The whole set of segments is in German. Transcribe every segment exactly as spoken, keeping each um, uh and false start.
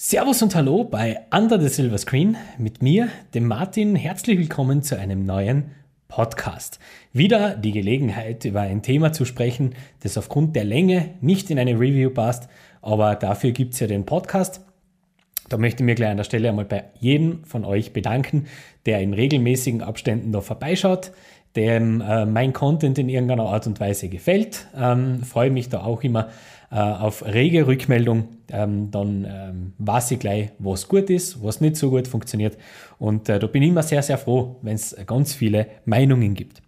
Servus und Hallo bei Under the Silver Screen mit mir, dem Martin. Herzlich willkommen zu einem neuen Podcast. Wieder die Gelegenheit, über ein Thema zu sprechen, das aufgrund der Länge nicht in eine Review passt, aber dafür gibt es ja den Podcast. Da möchte ich mir gleich an der Stelle einmal bei jedem von euch bedanken, der in regelmäßigen Abständen da vorbeischaut, dem äh, mein Content in irgendeiner Art und Weise gefällt. Ähm, freue mich da auch immer äh, auf rege Rückmeldung. Ähm, dann ähm, weiß ich gleich, was gut ist, was nicht so gut funktioniert. Und äh, da bin ich immer sehr, sehr froh, wenn es ganz viele Meinungen gibt.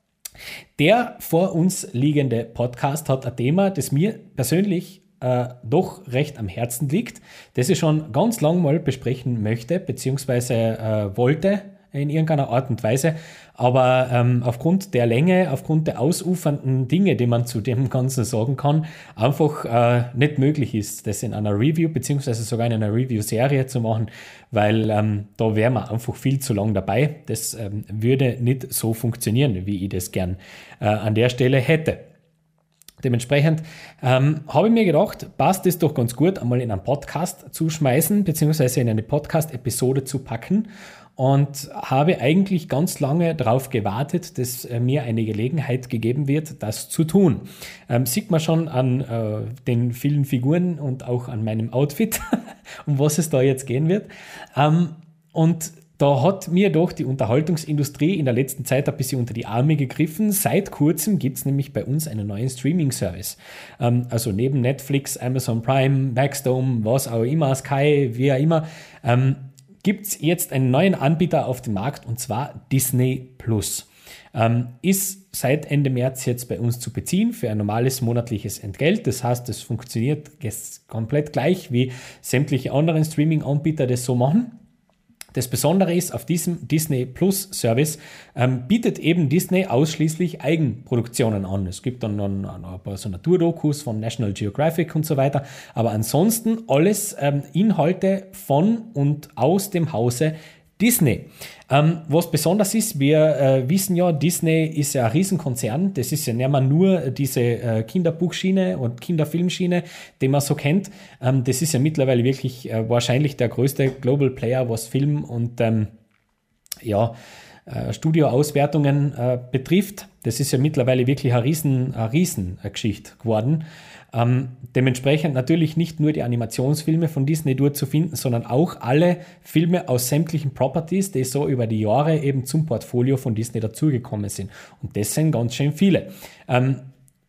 Der vor uns liegende Podcast hat ein Thema, das mir persönlich äh, doch recht am Herzen liegt, das ich schon ganz lang mal besprechen möchte, beziehungsweise äh, wollte, in irgendeiner Art und Weise, aber ähm, aufgrund der Länge, aufgrund der ausufernden Dinge, die man zu dem Ganzen sagen kann, einfach äh, nicht möglich ist, das in einer Review beziehungsweise sogar in einer Review-Serie zu machen, weil ähm, da wären wir einfach viel zu lang dabei. Das ähm, würde nicht so funktionieren, wie ich das gern äh, an der Stelle hätte. Dementsprechend ähm, habe ich mir gedacht, passt es doch ganz gut, einmal in einen Podcast zu schmeißen, beziehungsweise in eine Podcast-Episode zu packen. Und habe eigentlich ganz lange darauf gewartet, dass äh, mir eine Gelegenheit gegeben wird, das zu tun. Ähm, sieht man schon an äh, den vielen Figuren und auch an meinem Outfit, um was es da jetzt gehen wird. Ähm, und da hat mir doch die Unterhaltungsindustrie in der letzten Zeit ein bisschen unter die Arme gegriffen. Seit kurzem gibt es nämlich bei uns einen neuen Streaming-Service. Ähm, also neben Netflix, Amazon Prime, Maxdome, was auch immer, Sky, wie auch immer, ähm, gibt es jetzt einen neuen Anbieter auf dem Markt, und zwar Disney Plus. Ähm, ist seit Ende März jetzt bei uns zu beziehen für ein normales monatliches Entgelt. Das heißt, es funktioniert komplett gleich, wie sämtliche anderen Streaming-Anbieter das so machen. Das Besondere ist, auf diesem Disney Plus Service ähm, bietet eben Disney ausschließlich Eigenproduktionen an. Es gibt dann noch ein paar so Naturdokus von National Geographic und so weiter, aber ansonsten alles ähm, Inhalte von und aus dem Hause Disney. Ähm, was besonders ist, wir äh, wissen ja, Disney ist ja ein Riesenkonzern. Das ist ja nicht mehr nur diese äh, Kinderbuchschiene und Kinderfilmschiene, die man so kennt. Ähm, das ist ja mittlerweile wirklich äh, wahrscheinlich der größte Global Player, was Film und ähm, ja, äh, Studioauswertungen äh, betrifft. Das ist ja mittlerweile wirklich eine riesen, eine riesen Geschichte geworden. Ähm, dementsprechend natürlich nicht nur die Animationsfilme von Disney dort zu finden, sondern auch alle Filme aus sämtlichen Properties, die so über die Jahre eben zum Portfolio von Disney dazugekommen sind. Und das sind ganz schön viele. Ähm,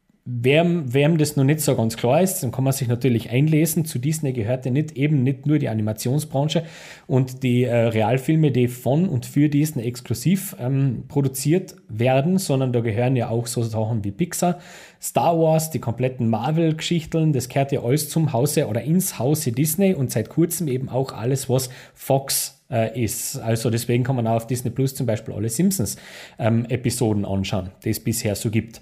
Wem, wem das noch nicht so ganz klar ist, dann kann man sich natürlich einlesen. Zu Disney gehört ja nicht eben nicht nur die Animationsbranche und die äh, Realfilme, die von und für Disney exklusiv ähm, produziert werden, sondern da gehören ja auch so Sachen wie Pixar, Star Wars, die kompletten Marvel-Geschichten, das gehört ja alles zum Hause oder ins Hause Disney und seit kurzem eben auch alles, was Fox äh, ist. Also deswegen kann man auch auf Disney Plus zum Beispiel alle Simpsons-Episoden ähm, anschauen, die es bisher so gibt.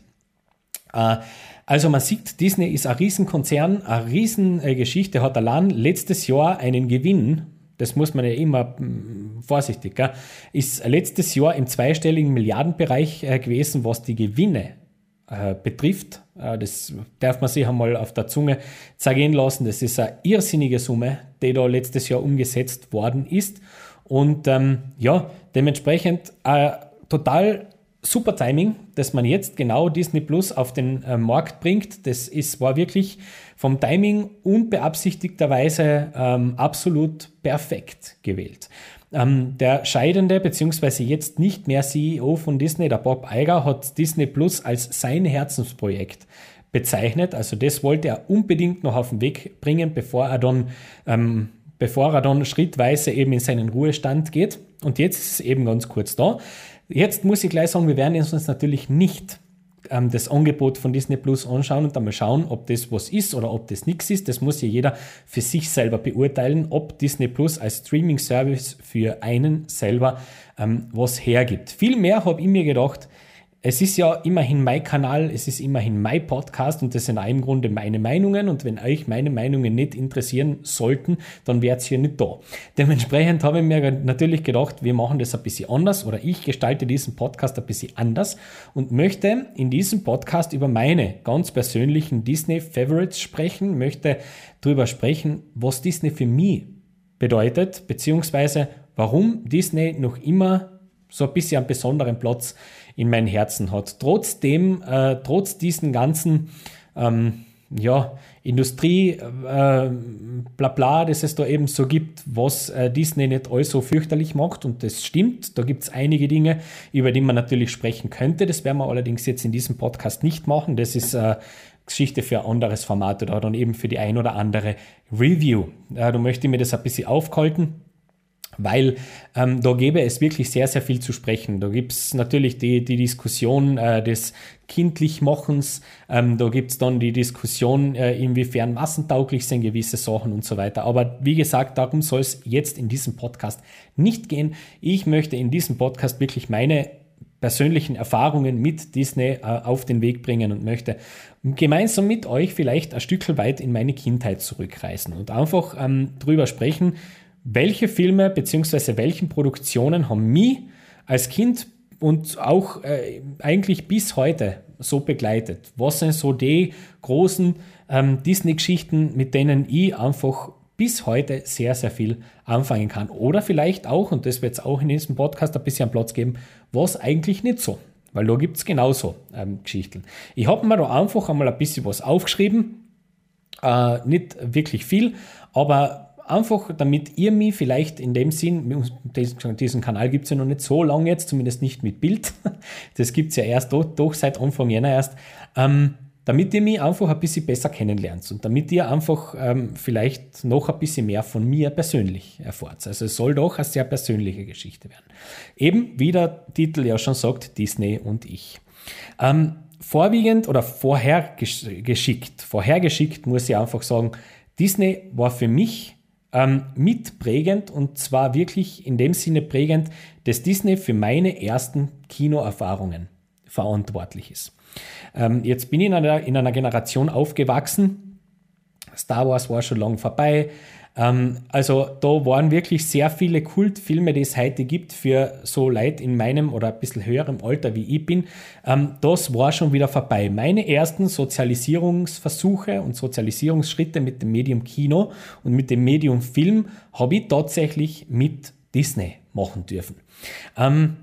Also man sieht, Disney ist ein Riesenkonzern, eine Riesengeschichte, hat allein letztes Jahr einen Gewinn, das muss man ja immer vorsichtig, gell, ist letztes Jahr im zweistelligen Milliardenbereich gewesen, was die Gewinne äh, betrifft. Äh, das darf man sich einmal auf der Zunge zergehen lassen. Das ist eine irrsinnige Summe, die da letztes Jahr umgesetzt worden ist. Und ähm, ja, dementsprechend äh, total super Timing, dass man jetzt genau Disney Plus auf den äh, Markt bringt. Das ist, war wirklich vom Timing unbeabsichtigterweise ähm, absolut perfekt gewählt. Ähm, der scheidende bzw. jetzt nicht mehr C E O von Disney, der Bob Iger, hat Disney Plus als sein Herzensprojekt bezeichnet. Also das wollte er unbedingt noch auf den Weg bringen, bevor er dann, ähm, bevor er dann schrittweise eben in seinen Ruhestand geht. Und jetzt ist es eben ganz kurz da. Jetzt muss ich gleich sagen, wir werden uns natürlich nicht ähm, das Angebot von Disney Plus anschauen und dann mal schauen, ob das was ist oder ob das nichts ist. Das muss ja jeder für sich selber beurteilen, ob Disney Plus als Streaming-Service für einen selber ähm, was hergibt. Vielmehr habe ich mir gedacht, es ist ja immerhin mein Kanal, es ist immerhin mein Podcast und das sind auch im Grunde meine Meinungen und wenn euch meine Meinungen nicht interessieren sollten, dann wärt ihr hier nicht da. Dementsprechend habe ich mir natürlich gedacht, wir machen das ein bisschen anders oder ich gestalte diesen Podcast ein bisschen anders und möchte in diesem Podcast über meine ganz persönlichen Disney-Favorites sprechen, möchte darüber sprechen, was Disney für mich bedeutet, beziehungsweise warum Disney noch immer so ein bisschen einen besonderen Platz in meinem Herzen hat. Trotzdem, äh, trotz diesen ganzen ähm, ja, Industrie, äh, bla bla, das es da eben so gibt, was äh, Disney nicht alles so fürchterlich macht und das stimmt. Da gibt es einige Dinge, über die man natürlich sprechen könnte. Das werden wir allerdings jetzt in diesem Podcast nicht machen. Das ist äh, Geschichte für ein anderes Format oder dann eben für die ein oder andere Review. Äh, da möchte ich mir das ein bisschen aufhalten, weil ähm, da gäbe es wirklich sehr, sehr viel zu sprechen. Da gibt es natürlich die, die Diskussion äh, des Kindlichmachens, ähm, da gibt es dann die Diskussion, äh, inwiefern massentauglich sind gewisse Sachen und so weiter. Aber wie gesagt, darum soll es jetzt in diesem Podcast nicht gehen. Ich möchte in diesem Podcast wirklich meine persönlichen Erfahrungen mit Disney äh, auf den Weg bringen und möchte gemeinsam mit euch vielleicht ein Stückchen weit in meine Kindheit zurückreisen und einfach ähm, drüber sprechen, welche Filme bzw. welchen Produktionen haben mich als Kind und auch äh, eigentlich bis heute so begleitet? Was sind so die großen ähm, Disney-Geschichten, mit denen ich einfach bis heute sehr, sehr viel anfangen kann? Oder vielleicht auch, und das wird es auch in diesem Podcast ein bisschen Platz geben, was eigentlich nicht so. Weil da gibt es genauso ähm, Geschichten. Ich habe mir da einfach einmal ein bisschen was aufgeschrieben. Äh, nicht wirklich viel, aber einfach, damit ihr mich vielleicht in dem Sinn, diesen Kanal gibt es ja noch nicht so lange jetzt, zumindest nicht mit Bild, das gibt es ja erst doch, doch seit Anfang Jänner erst, ähm, damit ihr mich einfach ein bisschen besser kennenlernt und damit ihr einfach ähm, vielleicht noch ein bisschen mehr von mir persönlich erfahrt. Also es soll doch eine sehr persönliche Geschichte werden. Eben, wie der Titel ja schon sagt, Disney und ich. Ähm, vorwiegend oder vorhergeschickt, vorhergeschickt muss ich einfach sagen, Disney war für mich Ähm, mitprägend und zwar wirklich in dem Sinne prägend, dass Disney für meine ersten Kinoerfahrungen verantwortlich ist. Ähm, jetzt bin ich in einer, in einer Generation aufgewachsen, Star Wars war schon lange vorbei, ähm, also da waren wirklich sehr viele Kultfilme, die es heute gibt für so Leute in meinem oder ein bisschen höherem Alter wie ich bin, ähm, das war schon wieder vorbei. Meine ersten Sozialisierungsversuche und Sozialisierungsschritte mit dem Medium Kino und mit dem Medium Film habe ich tatsächlich mit Disney machen dürfen. Ähm,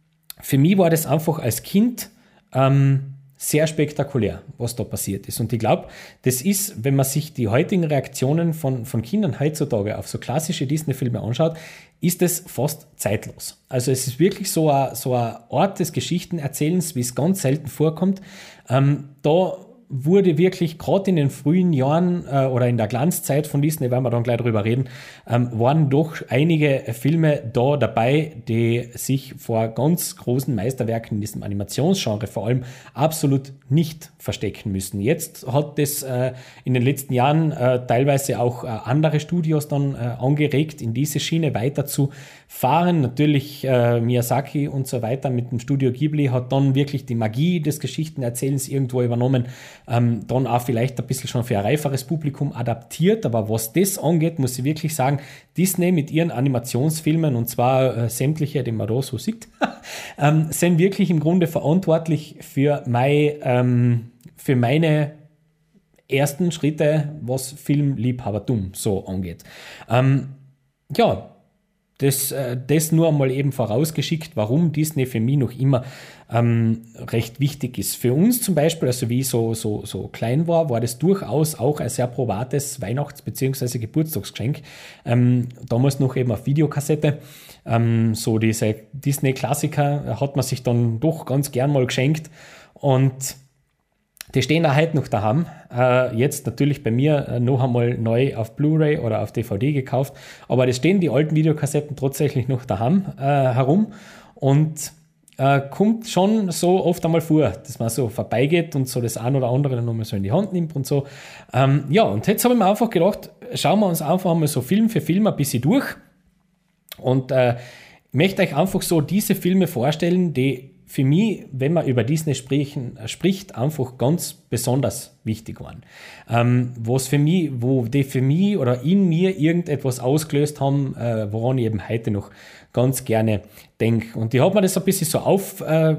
für mich war das einfach als Kind ähm, sehr spektakulär, was da passiert ist. Und ich glaube, das ist, wenn man sich die heutigen Reaktionen von, von Kindern heutzutage auf so klassische Disney-Filme anschaut, ist es fast zeitlos. Also es ist wirklich so ein, so ein Ort des Geschichtenerzählens, wie es ganz selten vorkommt. Ähm, da wurde wirklich gerade in den frühen Jahren äh, oder in der Glanzzeit von Disney, werden wir dann gleich drüber reden, ähm, waren doch einige Filme da dabei, die sich vor ganz großen Meisterwerken in diesem Animationsgenre vor allem absolut nicht verstecken müssen. Jetzt hat das äh, in den letzten Jahren äh, teilweise auch äh, andere Studios dann äh, angeregt, in diese Schiene weiter zu fahren. Natürlich äh, Miyazaki und so weiter mit dem Studio Ghibli hat dann wirklich die Magie des Geschichtenerzählens irgendwo übernommen, ähm, dann auch vielleicht ein bisschen schon für ein reiferes Publikum adaptiert, aber was das angeht, muss ich wirklich sagen, Disney mit ihren Animationsfilmen, und zwar äh, sämtliche, die man da so sieht, ähm, sind wirklich im Grunde verantwortlich für, mein, ähm, für meine ersten Schritte, was Filmliebhabertum so angeht. Ähm, ja, Das, das nur einmal eben vorausgeschickt, warum Disney für mich noch immer ähm, recht wichtig ist. Für uns zum Beispiel, also wie ich so, so, so klein war, war das durchaus auch ein sehr probates Weihnachts- bzw. Geburtstagsgeschenk. Ähm, damals noch eben auf Videokassette. Ähm, so diese Disney-Klassiker hat man sich dann doch ganz gern mal geschenkt und die stehen auch heute noch daheim. Äh, jetzt natürlich bei mir äh, noch einmal neu auf Blu-ray oder auf D V D gekauft. Aber das stehen die alten Videokassetten tatsächlich noch daheim äh, herum. Und äh, kommt schon so oft einmal vor, dass man so vorbeigeht und so das ein oder andere dann nochmal so in die Hand nimmt und so. Ähm, ja, und jetzt habe ich mir einfach gedacht, schauen wir uns einfach mal so Film für Film ein bisschen durch. Und äh, ich möchte euch einfach so diese Filme vorstellen, die für mich, wenn man über Disney sprechen, spricht, einfach ganz besonders wichtig waren. Ähm, was für mich, wo die für mich oder in mir irgendetwas ausgelöst haben, äh, woran ich eben heute noch ganz gerne denke. Und ich habe mir das ein bisschen so auf äh,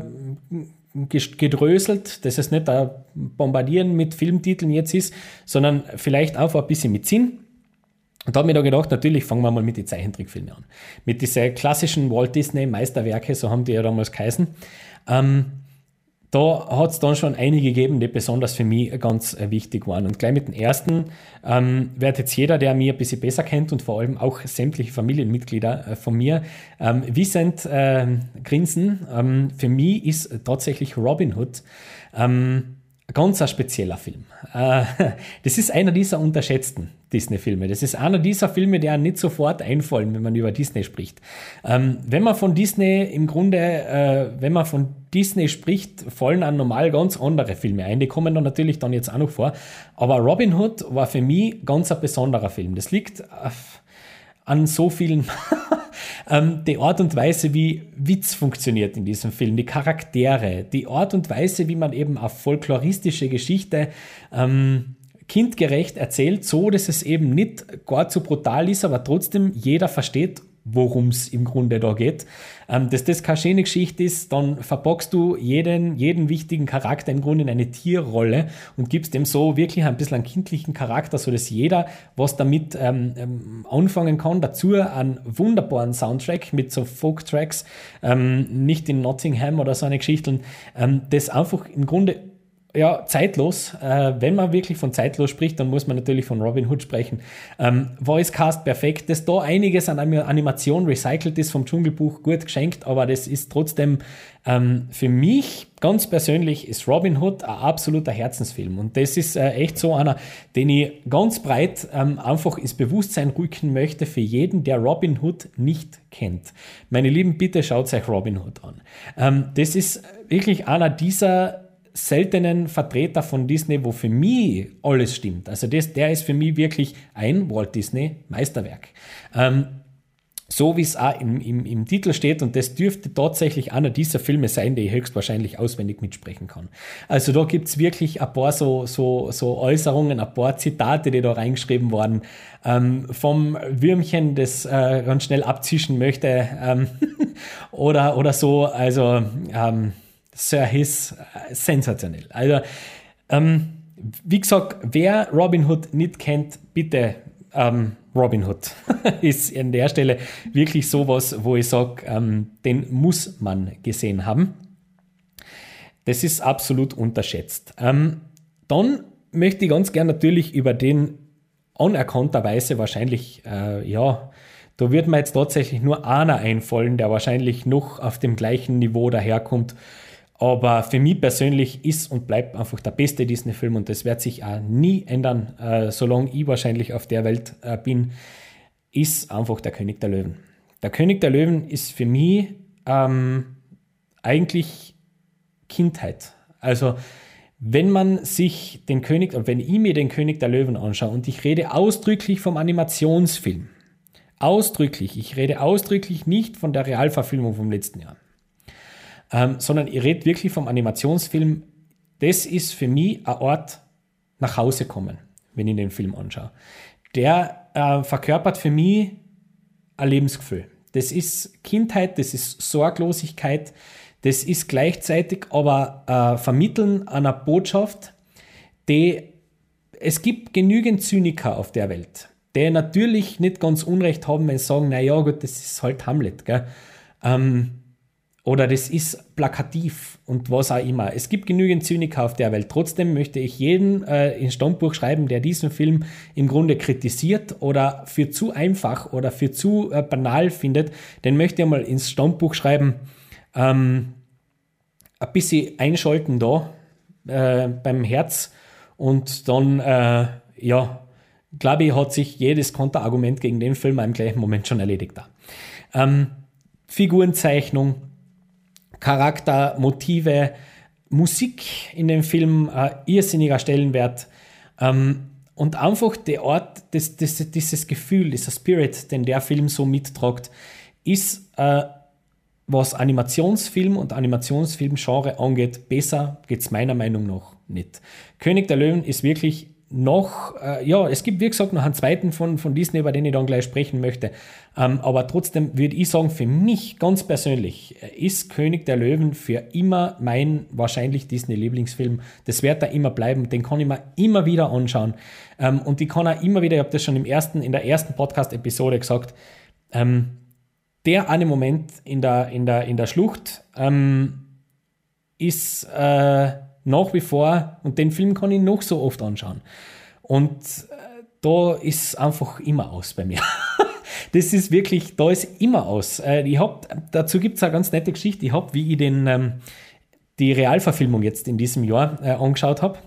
gedröselt, dass es nicht ein Bombardieren mit Filmtiteln jetzt ist, sondern vielleicht einfach ein bisschen mit Sinn. Und da habe ich mir da gedacht, natürlich fangen wir mal mit den Zeichentrickfilmen an. Mit diesen klassischen Walt Disney Meisterwerke, so haben die ja damals geheißen. Ähm, da hat es dann schon einige gegeben, die besonders für mich ganz äh, wichtig waren. Und gleich mit dem ersten ähm, wird jetzt jeder, der mich ein bisschen besser kennt und vor allem auch sämtliche Familienmitglieder äh, von mir, ähm, wissend äh, grinsen. Ähm, für mich ist tatsächlich Robin Hood ähm, ganz ein spezieller Film. Äh, das ist einer dieser unterschätzten Disney-Filme. Das ist einer dieser Filme, die einem nicht sofort einfallen, wenn man über Disney spricht. Ähm, wenn man von Disney im Grunde, äh, wenn man von Disney spricht, fallen einem normal ganz andere Filme ein. Die kommen dann natürlich dann jetzt auch noch vor. Aber Robin Hood war für mich ganz ein besonderer Film. Das liegt auf an so vielen, ähm, die Art und Weise, wie Witz funktioniert in diesem Film, die Charaktere, die Art und Weise, wie man eben eine folkloristische Geschichte ähm, kindgerecht erzählt, so dass es eben nicht gar zu brutal ist, aber trotzdem jeder versteht, worum es im Grunde da geht. Ähm, dass das keine schöne Geschichte ist, dann verpackst du jeden, jeden wichtigen Charakter im Grunde in eine Tierrolle und gibst dem so wirklich ein bisschen einen kindlichen Charakter, sodass jeder was damit ähm, ähm, anfangen kann. Dazu einen wunderbaren Soundtrack mit so Folk-Tracks, ähm, nicht in Nottingham oder so eine Geschichte, ähm, das einfach im Grunde ja, zeitlos. Äh, wenn man wirklich von zeitlos spricht, dann muss man natürlich von Robin Hood sprechen. Ähm, Voice Cast perfekt, dass da einiges an Animation recycelt ist vom Dschungelbuch, gut geschenkt, aber das ist trotzdem ähm, für mich ganz persönlich ist Robin Hood ein absoluter Herzensfilm und das ist äh, echt so einer, den ich ganz breit ähm, einfach ins Bewusstsein rücken möchte für jeden, der Robin Hood nicht kennt. Meine Lieben, bitte schaut euch Robin Hood an. Ähm, das ist wirklich einer dieser seltenen Vertreter von Disney, wo für mich alles stimmt. Also das, der ist für mich wirklich ein Walt Disney Meisterwerk. Ähm, so wie es auch im, im, im Titel steht und das dürfte tatsächlich einer dieser Filme sein, die ich höchstwahrscheinlich auswendig mitsprechen kann. Also da gibt es wirklich ein paar so, so, so Äußerungen, ein paar Zitate, die da reingeschrieben wurden, ähm, vom Würmchen, das äh, ganz schnell abzischen möchte ähm, oder, oder so, also ähm, Sir Hiss, sensationell. Also, ähm, wie gesagt, wer Robin Hood nicht kennt, bitte ähm, Robin Hood ist an der Stelle wirklich sowas, wo ich sage, ähm, den muss man gesehen haben. Das ist absolut unterschätzt. Ähm, dann möchte ich ganz gern natürlich über den anerkannterweise wahrscheinlich, äh, ja, da wird mir jetzt tatsächlich nur einer einfallen, der wahrscheinlich noch auf dem gleichen Niveau daherkommt. Aber für mich persönlich ist und bleibt einfach der beste Disney-Film und das wird sich auch nie ändern, äh, solange ich wahrscheinlich auf der Welt äh, bin, ist einfach der König der Löwen. Der König der Löwen ist für mich ähm, eigentlich Kindheit. Also wenn man sich den König, oder wenn ich mir den König der Löwen anschaue und ich rede ausdrücklich vom Animationsfilm, ausdrücklich, ich rede ausdrücklich nicht von der Realverfilmung vom letzten Jahr, Ähm, sondern ich rede wirklich vom Animationsfilm. Das ist für mich ein Ort nach Hause kommen, wenn ich den Film anschaue. Der äh, verkörpert für mich ein Lebensgefühl. Das ist Kindheit, das ist Sorglosigkeit, das ist gleichzeitig aber äh, Vermitteln einer Botschaft, die es gibt genügend Zyniker auf der Welt, die natürlich nicht ganz Unrecht haben, wenn sie sagen, naja gut, das ist halt Hamlet, gell? Ähm, Oder das ist plakativ und was auch immer. Es gibt genügend Zyniker auf der Welt. Trotzdem möchte ich jeden äh, ins Stammbuch schreiben, der diesen Film im Grunde kritisiert oder für zu einfach oder für zu äh, banal findet, den möchte ich mal ins Stammbuch schreiben. Ähm, ein bisschen einschalten da äh, beim Herz und dann, äh, ja, glaube ich, hat sich jedes Konterargument gegen den Film im gleichen Moment schon erledigt da. Ähm, Figurenzeichnung, Charakter, Motive, Musik in dem Film, äh, irrsinniger Stellenwert ähm, und einfach der Ort, das, das, dieses Gefühl, dieser Spirit, den der Film so mittragt, ist äh, was Animationsfilm und Animationsfilmgenre angeht, besser geht es meiner Meinung nach nicht. König der Löwen ist wirklich noch, äh, ja, es gibt wie gesagt noch einen zweiten von, von Disney, über den ich dann gleich sprechen möchte, ähm, aber trotzdem würde ich sagen, für mich ganz persönlich ist König der Löwen für immer mein wahrscheinlich Disney-Lieblingsfilm. Das wird da immer bleiben, den kann ich mir immer wieder anschauen ähm, und ich kann auch immer wieder, ich habe das schon im ersten, in der ersten Podcast-Episode gesagt, ähm, der eine Moment in der, in der, in der Schlucht ähm, ist äh, nach wie vor, und den Film kann ich noch so oft anschauen. Und äh, da ist einfach immer aus bei mir. Das ist wirklich, da ist immer aus. Äh, ich hab, dazu gibt es eine ganz nette Geschichte. Ich habe, wie ich den, ähm, die Realverfilmung jetzt in diesem Jahr äh, angeschaut habe,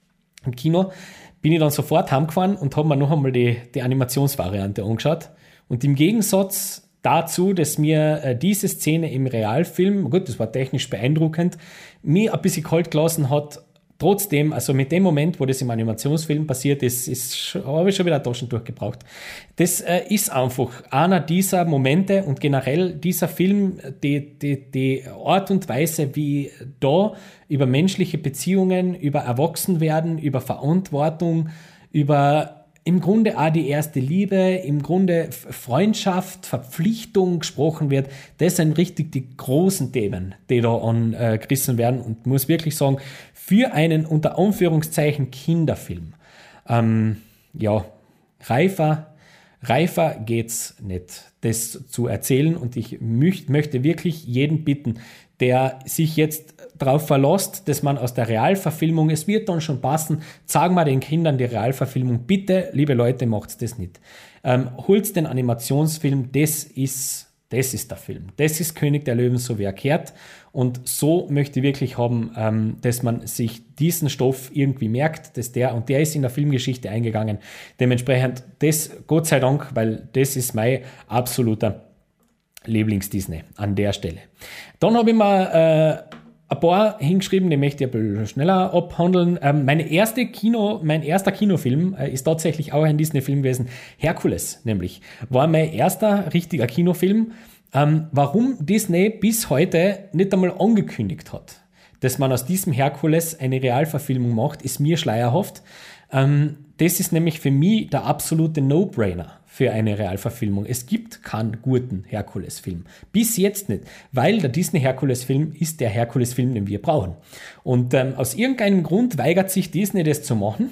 im Kino, bin ich dann sofort heimgefahren und habe mir noch einmal die, die Animationsvariante angeschaut. Und im Gegensatz dazu, dass mir äh, diese Szene im Realfilm, gut, das war technisch beeindruckend, mir ein bisschen kalt gelassen hat. Trotzdem, also mit dem Moment, wo das im Animationsfilm passiert ist, ist habe ich schon wieder ein Taschentuch gebraucht. Das äh, ist einfach einer dieser Momente und generell dieser Film, die, die, die Art und Weise, wie da über menschliche Beziehungen, über Erwachsenwerden, über Verantwortung, über im Grunde auch die erste Liebe, im Grunde Freundschaft, Verpflichtung gesprochen wird. Das sind richtig die großen Themen, die da angerissen werden und muss wirklich sagen, für einen unter Anführungszeichen Kinderfilm, ähm, ja, reifer, reifer geht's nicht, das zu erzählen und ich möcht, möchte wirklich jeden bitten, der sich jetzt darauf verlässt, dass man aus der Realverfilmung, es wird dann schon passen, sagen wir den Kindern die Realverfilmung, bitte, liebe Leute, macht's das nicht. Ähm, holt den Animationsfilm, das ist, das ist der Film. Das ist König der Löwen, so wie er kehrt. Und so möchte ich wirklich haben, ähm, dass man sich diesen Stoff irgendwie merkt, dass der, und der ist in der Filmgeschichte eingegangen. Dementsprechend, das, Gott sei Dank, weil das ist mein absoluter Lieblings-Disney an der Stelle. Dann habe ich mal äh, ein paar hingeschrieben, die möchte ich ein bisschen schneller abhandeln. Ähm, meine erste Kino, mein erster Kinofilm äh, ist tatsächlich auch ein Disney-Film gewesen. Herkules nämlich. War mein erster richtiger Kinofilm. Ähm, warum Disney bis heute nicht einmal angekündigt hat, dass man aus diesem Herkules eine Realverfilmung macht, ist mir schleierhaft. Ähm, das ist nämlich für mich der absolute No-Brainer für eine Realverfilmung. Es gibt keinen guten Herkules-Film. Bis jetzt nicht, weil der Disney-Herkules-Film ist der Herkules-Film, den wir brauchen. Und ähm, aus irgendeinem Grund weigert sich Disney, das zu machen.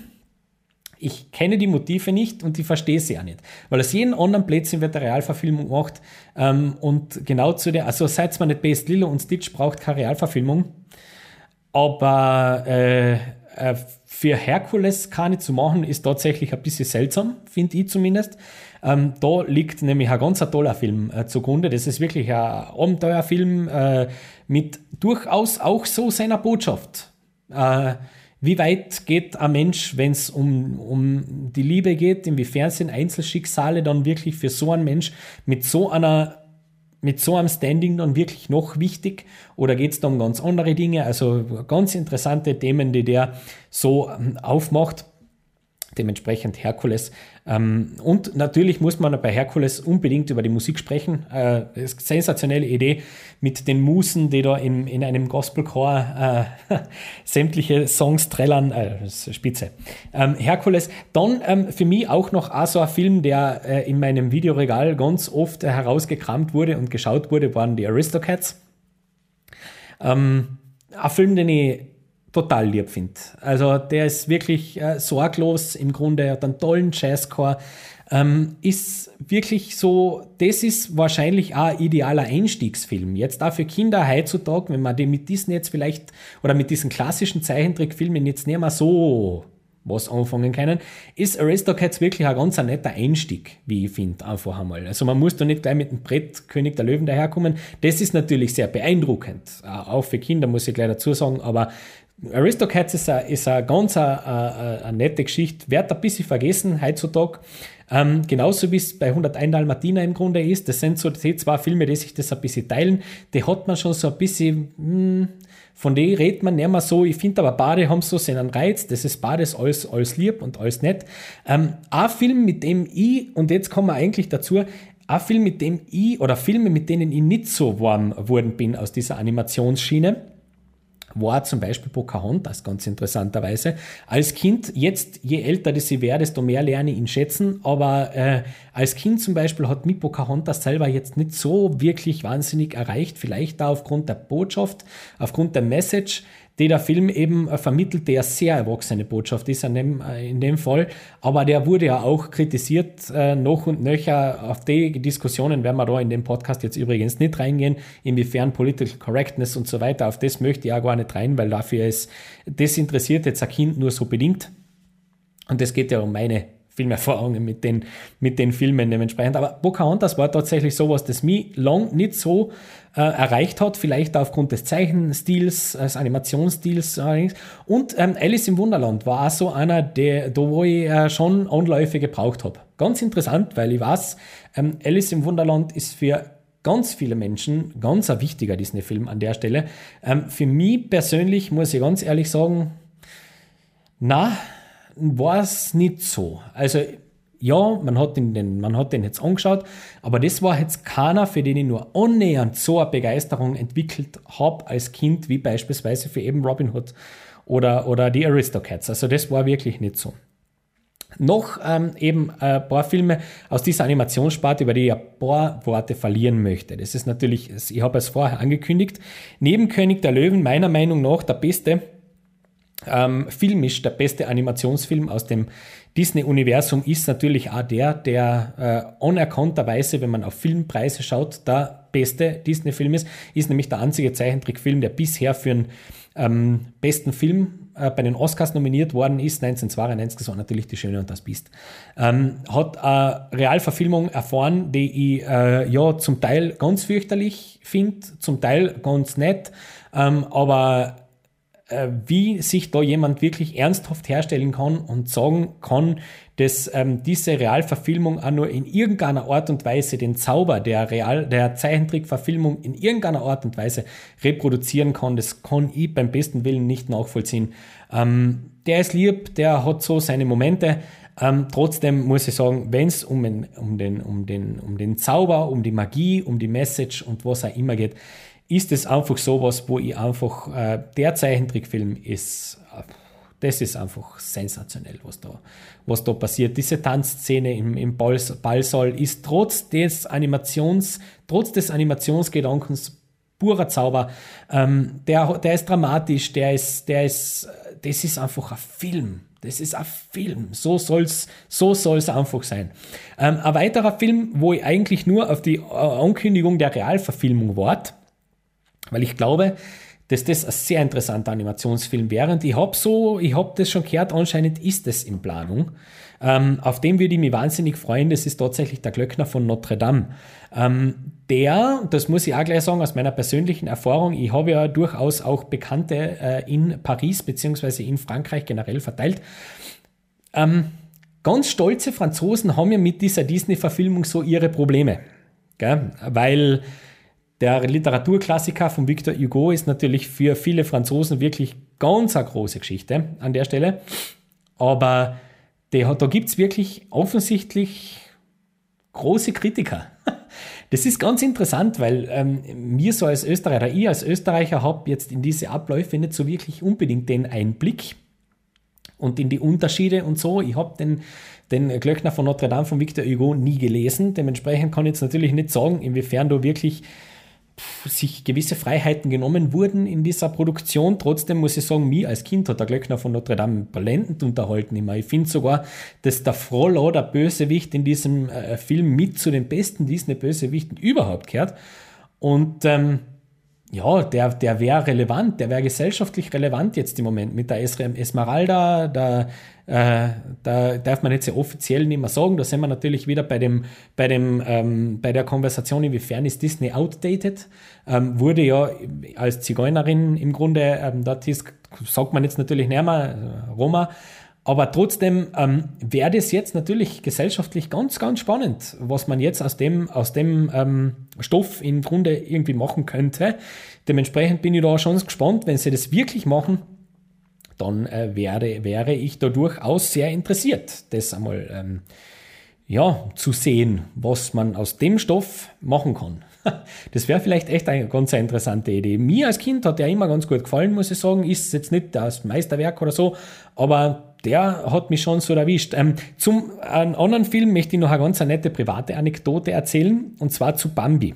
Ich kenne die Motive nicht und ich verstehe sie auch nicht. Weil aus jedem anderen Plätzchen wird eine Realverfilmung gemacht. Ähm, und genau zu der, also seid mal nicht best, Lilo und Stitch braucht keine Realverfilmung. Aber äh, äh, für Herkules keine zu machen, ist tatsächlich ein bisschen seltsam, finde ich zumindest. Ähm, da liegt nämlich ein ganz toller Film äh, zugrunde. Das ist wirklich ein Abenteuerfilm äh, mit durchaus auch so seiner Botschaft. Äh, wie weit geht ein Mensch, wenn es um, um die Liebe geht, inwiefern sind Einzelschicksale dann wirklich für so einen Mensch mit so einer mit so einem Standing dann wirklich noch wichtig oder geht es da um ganz andere Dinge? Also ganz interessante Themen, die der so ähm, aufmacht. Dementsprechend Herkules. Ähm, und natürlich muss man bei Herkules unbedingt über die Musik sprechen. Äh, das ist eine sensationelle Idee mit den Musen, die da in, in einem Gospelchor äh, sämtliche Songs trällern. Äh, das ist spitze. Ähm, Herkules. Dann ähm, für mich auch noch auch so ein Film, der äh, in meinem Videoregal ganz oft äh, herausgekramt wurde und geschaut wurde, waren die Aristocats. Ähm, ein Film, den ich total lieb finde. Also der ist wirklich äh, sorglos, im Grunde hat einen tollen Jazzchor, ähm, ist wirklich so, das ist wahrscheinlich auch ein idealer Einstiegsfilm. Jetzt auch für Kinder heutzutage, wenn man die mit Disney jetzt vielleicht, oder mit diesen klassischen Zeichentrickfilmen jetzt nicht mehr so was anfangen können, ist Aristocats wirklich ein ganz netter Einstieg, wie ich finde, einfach einmal. Also man muss da nicht gleich mit dem Brett König der Löwen daherkommen. Das ist natürlich sehr beeindruckend, auch für Kinder, muss ich gleich dazu sagen, aber Aristocats ist eine, ist eine ganz eine, eine, eine nette Geschichte, wird ein bisschen vergessen heutzutage, ähm, genauso wie es bei hunderteins Dalmatiner im Grunde ist. Das sind so die zwei Filme, die sich das ein bisschen teilen, die hat man schon so ein bisschen, mh, von denen redet man nicht mehr so. Ich finde aber beide haben so seinen Reiz, das ist beides alles, alles lieb und alles nett. Ähm, ein Film, mit dem ich, und jetzt kommen wir eigentlich dazu, ein Film, mit dem ich, oder Filme, mit denen ich nicht so warm geworden bin aus dieser Animationsschiene, war zum Beispiel Pocahontas, ganz interessanterweise. Als Kind, jetzt, je älter das ich werde, desto mehr lerne ich ihn schätzen, aber äh, als Kind zum Beispiel hat mich Pocahontas selber jetzt nicht so wirklich wahnsinnig erreicht, vielleicht auch aufgrund der Botschaft, aufgrund der Message, die der Film eben äh, vermittelt, der sehr erwachsene Botschaft ist in dem, äh, in dem Fall, aber der wurde ja auch kritisiert, äh, noch und nöcher. Auf die Diskussionen werden wir da in dem Podcast jetzt übrigens nicht reingehen, inwiefern Political Correctness und so weiter, auf das möchte ich auch gar nicht rein, weil dafür ist, das interessiert jetzt ein Kind nur so bedingt und es geht ja um meine Filmerfahrungen mit den, mit den Filmen dementsprechend. Aber Pocahontas war tatsächlich sowas, das mich lang nicht so äh, erreicht hat, vielleicht aufgrund des Zeichenstils, des Animationsstils allerdings. Und ähm, Alice im Wunderland war auch so einer, der, da wo ich äh, schon Anläufe gebraucht habe. Ganz interessant, weil ich weiß, ähm, Alice im Wunderland ist für ganz viele Menschen ganz ein wichtiger Disney-Film an der Stelle. Ähm, für mich persönlich muss ich ganz ehrlich sagen, na, war es nicht so. Also ja, man hat, den, den, man hat den jetzt angeschaut, aber das war jetzt keiner, für den ich nur annähernd so eine Begeisterung entwickelt habe als Kind, wie beispielsweise für eben Robin Hood oder, oder die Aristocats. Also das war wirklich nicht so. Noch ähm, eben ein paar Filme aus dieser Animationssparte, über die ich ein paar Worte verlieren möchte. Das ist natürlich, ich habe es vorher angekündigt, neben König der Löwen meiner Meinung nach der beste Ähm, filmisch der beste Animationsfilm aus dem Disney-Universum ist natürlich auch der, der äh, anerkannterweise, wenn man auf Filmpreise schaut, der beste Disney-Film ist, ist nämlich der einzige Zeichentrickfilm, der bisher für den ähm, besten Film äh, bei den Oscars nominiert worden ist, neunzehnhundertzweiundneunzig, das war natürlich Die Schöne und das Biest. Ähm, hat eine Realverfilmung erfahren, die ich äh, ja zum Teil ganz fürchterlich finde, zum Teil ganz nett, ähm, aber wie sich da jemand wirklich ernsthaft herstellen kann und sagen kann, dass ähm, diese Realverfilmung auch nur in irgendeiner Art und Weise den Zauber der, Real, der Zeichentrickverfilmung in irgendeiner Art und Weise reproduzieren kann, das kann ich beim besten Willen nicht nachvollziehen. Ähm, der ist lieb, der hat so seine Momente. Ähm, trotzdem muss ich sagen, wenn es um, um, den, um, den, um den Zauber, um die Magie, um die Message und was auch immer geht, ist es einfach sowas, wo ich einfach, äh, der Zeichentrickfilm ist, äh, das ist einfach sensationell, was da, was da passiert. Diese Tanzszene im, im Ball, Ballsaal ist trotz des Animations, trotz des Animationsgedankens purer Zauber. Ähm, der, der ist dramatisch, der ist, der ist, das ist einfach ein Film. Das ist ein Film. So soll's, so soll's einfach sein. Ähm, ein weiterer Film, wo ich eigentlich nur auf die Ankündigung der Realverfilmung warte, weil ich glaube, dass das ein sehr interessanter Animationsfilm wäre. Und ich habe so, ich habe das schon gehört, anscheinend ist das in Planung. Ähm, auf den würde ich mich wahnsinnig freuen. Das ist tatsächlich der Glöckner von Notre Dame. Ähm, der, das muss ich auch gleich sagen, aus meiner persönlichen Erfahrung, ich habe ja durchaus auch Bekannte äh, in Paris beziehungsweise in Frankreich generell verteilt. Ähm, ganz stolze Franzosen haben ja mit dieser Disney-Verfilmung so ihre Probleme. Gell? Weil der Literaturklassiker von Victor Hugo ist natürlich für viele Franzosen wirklich ganz eine große Geschichte an der Stelle. Aber die, da gibt es wirklich offensichtlich große Kritiker. Das ist ganz interessant, weil ähm, mir so als Österreicher, ich als Österreicher habe jetzt in diese Abläufe nicht so wirklich unbedingt den Einblick und in die Unterschiede und so. Ich habe den, den Glöckner von Notre Dame von Victor Hugo nie gelesen. Dementsprechend kann ich jetzt natürlich nicht sagen, inwiefern da wirklich sich gewisse Freiheiten genommen wurden in dieser Produktion. Trotzdem muss ich sagen, mich als Kind hat der Glöckner von Notre Dame blendend unterhalten. Ich finde sogar, dass der Frollo, der Bösewicht in diesem äh, Film, mit zu den besten Disney-Bösewichten überhaupt gehört. Und ähm, ja, der, der wäre relevant, der wäre gesellschaftlich relevant jetzt im Moment mit der Esmeralda, da, äh, da darf man jetzt ja offiziell nicht mehr sagen, da sind wir natürlich wieder bei dem, bei dem, ähm, bei der Konversation, inwiefern ist Disney outdated, ähm, wurde ja als Zigeunerin im Grunde, ähm, dort ist, sagt man jetzt natürlich nicht mehr, Roma, aber trotzdem ähm, wäre das jetzt natürlich gesellschaftlich ganz, ganz spannend, was man jetzt aus dem, aus dem ähm, Stoff im Grunde irgendwie machen könnte. Dementsprechend bin ich da schon gespannt, wenn sie das wirklich machen, dann äh, wäre, wäre ich da durchaus sehr interessiert, das einmal ähm, ja, zu sehen, was man aus dem Stoff machen kann. Das wäre vielleicht echt eine ganz interessante Idee. Mir als Kind hat der immer ganz gut gefallen, muss ich sagen. Ist jetzt nicht das Meisterwerk oder so, aber der hat mich schon so erwischt. Ähm, zum einen anderen Film möchte ich noch eine ganz nette private Anekdote erzählen, und zwar zu Bambi.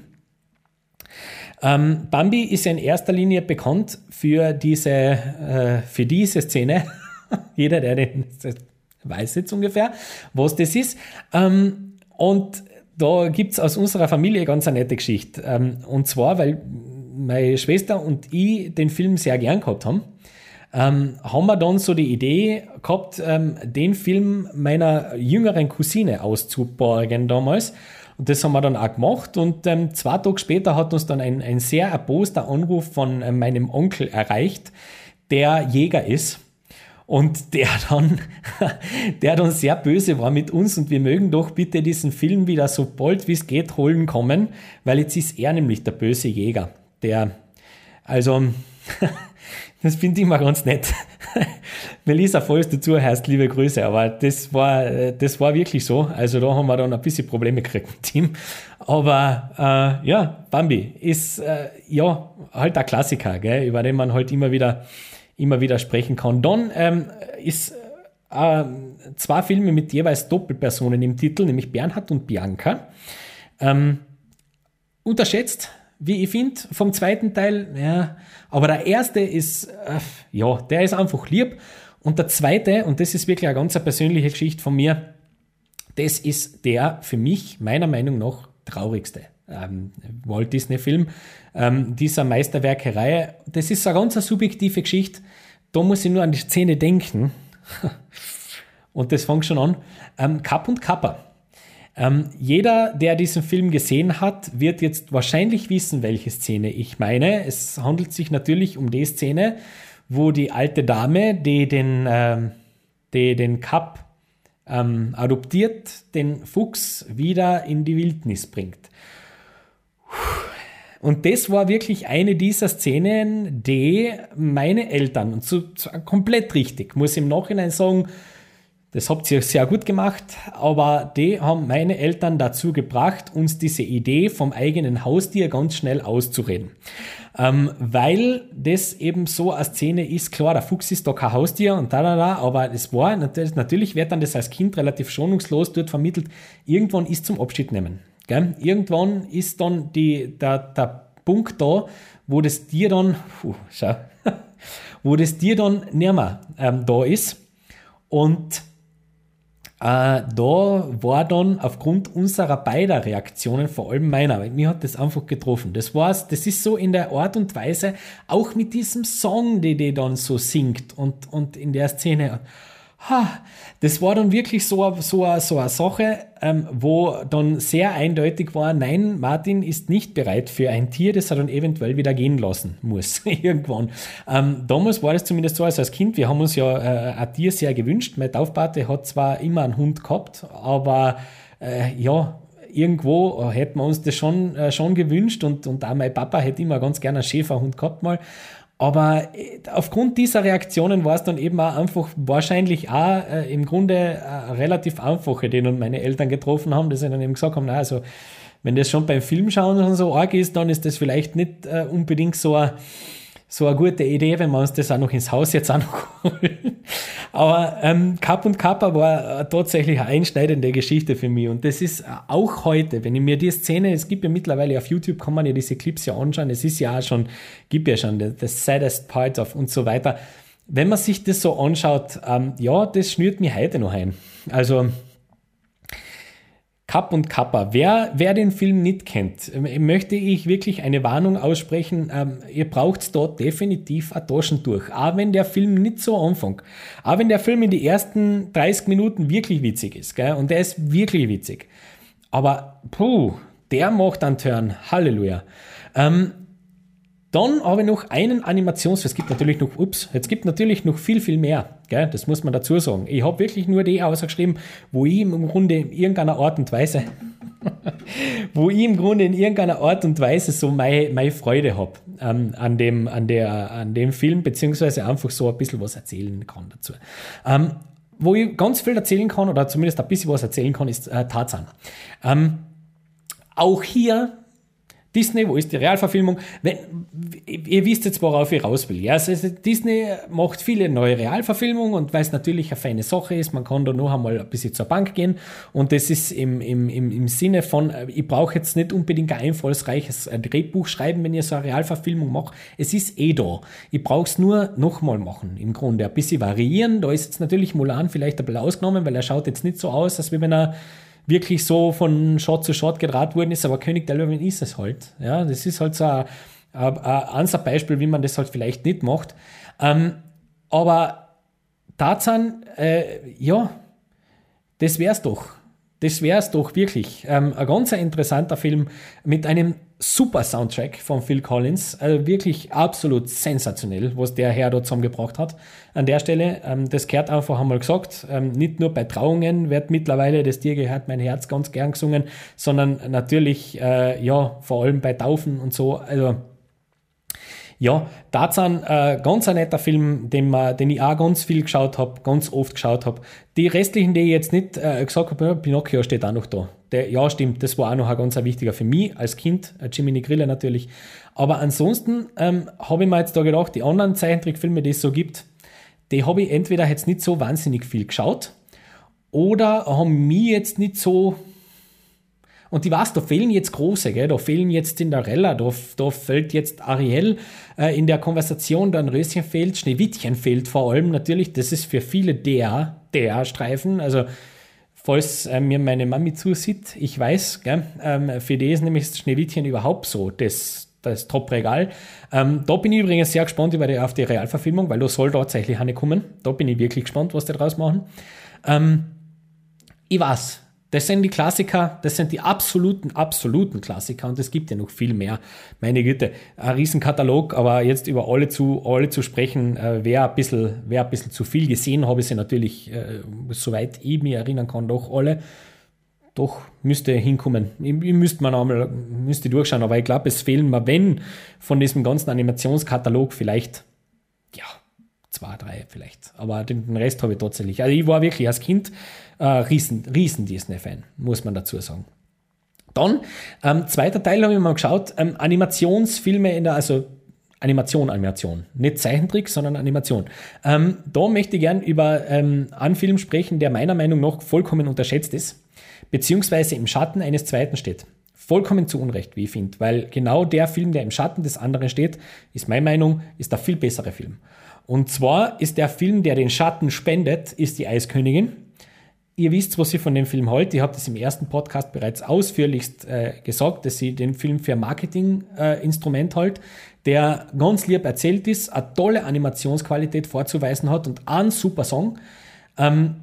Ähm, Bambi ist ja in erster Linie bekannt für diese, äh, für diese Szene. Jeder, der den weiß jetzt ungefähr, was das ist. Ähm, und da gibt es aus unserer Familie ganz eine nette Geschichte. Ähm, und zwar, weil meine Schwester und ich den Film sehr gern gehabt haben, ähm, haben wir dann so die Idee gehabt, ähm, den Film meiner jüngeren Cousine auszuborgen damals. Und das haben wir dann auch gemacht. Und ähm, zwei Tage später hat uns dann ein, ein sehr erboster Anruf von äh, meinem Onkel erreicht, der Jäger ist. Und der dann, der dann sehr böse war mit uns, und wir mögen doch bitte diesen Film wieder so bald wie es geht holen kommen, weil jetzt ist er nämlich der böse Jäger. Der, also, das finde ich immer ganz nett. Melissa, falls du zuhörst, liebe Grüße, aber das war, das war wirklich so. Also da haben wir dann ein bisschen Probleme gekriegt im Team. Aber äh, ja, Bambi ist äh, ja halt ein Klassiker, gell, über den man halt immer wieder immer wieder sprechen kann. Dann ähm, ist äh, zwei Filme mit jeweils Doppelpersonen im Titel, nämlich Bernhard und Bianca. Ähm, unterschätzt, wie ich finde, vom zweiten Teil, ja, aber der erste ist, äh, ja, der ist einfach lieb, und der zweite, und das ist wirklich eine ganz persönliche Geschichte von mir, das ist der für mich, meiner Meinung nach, traurigste Ähm, Walt Disney-Film, ähm, dieser Meisterwerke-Reihe. Das ist eine ganz subjektive Geschichte. Da muss ich nur an die Szene denken. Und das fängt schon an. Ähm, Kapp und Kappa. Ähm, jeder, der diesen Film gesehen hat, wird jetzt wahrscheinlich wissen, welche Szene ich meine. Es handelt sich natürlich um die Szene, wo die alte Dame, die den, ähm, die den Kapp ähm, adoptiert, den Fuchs wieder in die Wildnis bringt. Und das war wirklich eine dieser Szenen, die meine Eltern, und so, so komplett richtig, muss ich im Nachhinein sagen, das habt ihr sehr gut gemacht, aber die haben meine Eltern dazu gebracht, uns diese Idee vom eigenen Haustier ganz schnell auszureden. Ähm, weil das eben so eine Szene ist, klar, der Fuchs ist da kein Haustier und da, da, da, aber es war, natürlich, natürlich wird dann das als Kind relativ schonungslos dort vermittelt, irgendwann ist zum Abschied nehmen. Gell? Irgendwann ist dann die, der, der Punkt da, wo das Tier dann, puh, schau, wo das Tier dann nicht mehr ähm, da ist. Und äh, da war dann aufgrund unserer beider Reaktionen, vor allem meiner, weil mir hat das einfach getroffen. Das war's, das ist so in der Art und Weise, auch mit diesem Song, den die dann so singt und, und in der Szene. Ha, das war dann wirklich so, so, so eine Sache, ähm, wo dann sehr eindeutig war, nein, Martin ist nicht bereit für ein Tier, das er dann eventuell wieder gehen lassen muss, irgendwann. Ähm, damals war das zumindest so, also als Kind, wir haben uns ja äh, ein Tier sehr gewünscht. Mein Taufpate hat zwar immer einen Hund gehabt, aber äh, ja, irgendwo hätten wir uns das schon, äh, schon gewünscht, und, und auch mein Papa hätte immer ganz gerne einen Schäferhund gehabt mal. Aber aufgrund dieser Reaktionen war es dann eben auch einfach wahrscheinlich auch äh, im Grunde äh, relativ einfache, den und meine Eltern getroffen haben, dass sie dann eben gesagt haben, na, also wenn das schon beim Filmschauen schon so arg ist, dann ist das vielleicht nicht äh, unbedingt so eine, so eine gute Idee, wenn wir uns das auch noch ins Haus jetzt auch noch holen. Aber ähm, Kapp und Kappa war äh, tatsächlich eine einschneidende Geschichte für mich, und das ist äh, auch heute, wenn ich mir die Szene, es gibt ja mittlerweile auf YouTube, kann man ja diese Clips ja anschauen, es ist ja auch schon, gibt ja schon the, the saddest part of und so weiter. Wenn man sich das so anschaut, ähm, ja, das schnürt mich heute noch ein. Also Kapp und Kappa. Wer, wer den Film nicht kennt, möchte ich wirklich eine Warnung aussprechen. Ähm, ihr braucht dort definitiv ein Taschentuch. Auch wenn der Film nicht so anfängt. Auch wenn der Film in die ersten dreißig Minuten wirklich witzig ist. Gell? Und der ist wirklich witzig. Aber puh, der macht einen Turn. Halleluja. Ähm, Dann habe ich noch einen Animationsfilm. Es gibt natürlich noch, ups, jetzt gibt natürlich noch viel, viel mehr. Gell? Das muss man dazu sagen. Ich habe wirklich nur die ausgeschrieben, wo ich im Grunde in irgendeiner Art und Weise, wo ich im Grunde in irgendeiner Art und Weise so meine, meine Freude habe ähm, an, dem, an, der, an dem Film, beziehungsweise einfach so ein bisschen was erzählen kann dazu. Ähm, wo ich ganz viel erzählen kann, oder zumindest ein bisschen was erzählen kann, ist äh, Tarzan. Ähm, auch hier Disney, wo ist die Realverfilmung? Wenn, ihr wisst jetzt, worauf ich raus will. Ja, also Disney macht viele neue Realverfilmungen und weil es natürlich eine feine Sache ist, man kann da noch einmal ein bisschen zur Bank gehen und das ist im, im, im, im Sinne von, ich brauche jetzt nicht unbedingt ein einfallsreiches Drehbuch schreiben, wenn ihr so eine Realverfilmung macht. Es ist eh da. Ich brauche es nur nochmal machen, im Grunde. Ein bisschen variieren. Da ist jetzt natürlich Mulan vielleicht ein bisschen ausgenommen, weil er schaut jetzt nicht so aus, als wenn er wirklich so von Shot zu Shot gedreht worden ist, aber König der Löwen ist es halt. Ja, das ist halt so ein, ein, ein Beispiel, wie man das halt vielleicht nicht macht. Ähm, aber Tarzan, äh, ja, das wär's doch. Das wär's doch wirklich. Ähm, ein ganz interessanter Film mit einem super Soundtrack von Phil Collins. Also wirklich absolut sensationell, was der Herr da zusammengebracht hat. An der Stelle, ähm, das gehört einfach einmal gesagt, ähm, nicht nur bei Trauungen wird mittlerweile das Dir gehört mein Herz ganz gern gesungen, sondern natürlich, äh, ja, vor allem bei Taufen und so. Also, ja, Tarzan, äh, ganz ein netter Film, den, man, den ich auch ganz viel geschaut habe, ganz oft geschaut habe. Die restlichen, die ich jetzt nicht äh, gesagt habe, ja, Pinocchio steht auch noch da. Der, ja, stimmt, das war auch noch ein ganz wichtiger für mich als Kind, äh, Jiminy Griller natürlich. Aber ansonsten ähm, habe ich mir jetzt da gedacht, die anderen Zeichentrickfilme, die es so gibt, die habe ich entweder jetzt nicht so wahnsinnig viel geschaut oder haben mich jetzt nicht so... Und ich weiß, da fehlen jetzt große, gell? Da fehlen jetzt Cinderella, da, da fehlt jetzt Ariel äh, in der Konversation, dann Röschen fehlt, Schneewittchen fehlt vor allem natürlich. Das ist für viele der, der Streifen. Also, falls äh, mir meine Mami zusieht, ich weiß, gell? Ähm, für die ist nämlich Schneewittchen überhaupt so das, das Top-Regal. Ähm, da bin ich übrigens sehr gespannt über die, auf die Realverfilmung, weil da soll tatsächlich eine kommen. Da bin ich wirklich gespannt, was die draus machen. Ähm, ich weiß, das sind die Klassiker, das sind die absoluten, absoluten Klassiker und es gibt ja noch viel mehr. Meine Güte, ein Riesenkatalog, aber jetzt über alle zu, alle zu sprechen, äh, wäre ein bisschen, wäre ein bisschen zu viel. Gesehen habe ich sie natürlich, äh, soweit ich mich erinnern kann, doch alle. Doch müsste hinkommen. Ich, ich müsste man einmal, müsste durchschauen, aber ich glaube, es fehlen mir, wenn, von diesem ganzen Animationskatalog vielleicht, ja, zwei, drei vielleicht. Aber den, den Rest habe ich tatsächlich. Also ich war wirklich als Kind äh, riesen, riesen Disney-Fan, muss man dazu sagen. Dann, ähm, zweiter Teil habe ich mal geschaut, ähm, Animationsfilme in der, also Animation, Animation. Nicht Zeichentrick, sondern Animation. Ähm, da möchte ich gern über ähm, einen Film sprechen, der meiner Meinung nach vollkommen unterschätzt ist, beziehungsweise im Schatten eines zweiten steht. Vollkommen zu Unrecht, wie ich finde, weil genau der Film, der im Schatten des anderen steht, ist meine Meinung, ist der viel bessere Film. Und zwar ist der Film, der den Schatten spendet, ist die Eiskönigin. Ihr wisst, was ich von dem Film halte. Ich habe das im ersten Podcast bereits ausführlichst äh, gesagt, dass ich den Film für ein Marketinginstrument äh, halte, der ganz lieb erzählt ist, eine tolle Animationsqualität vorzuweisen hat und einen super Song. Ähm,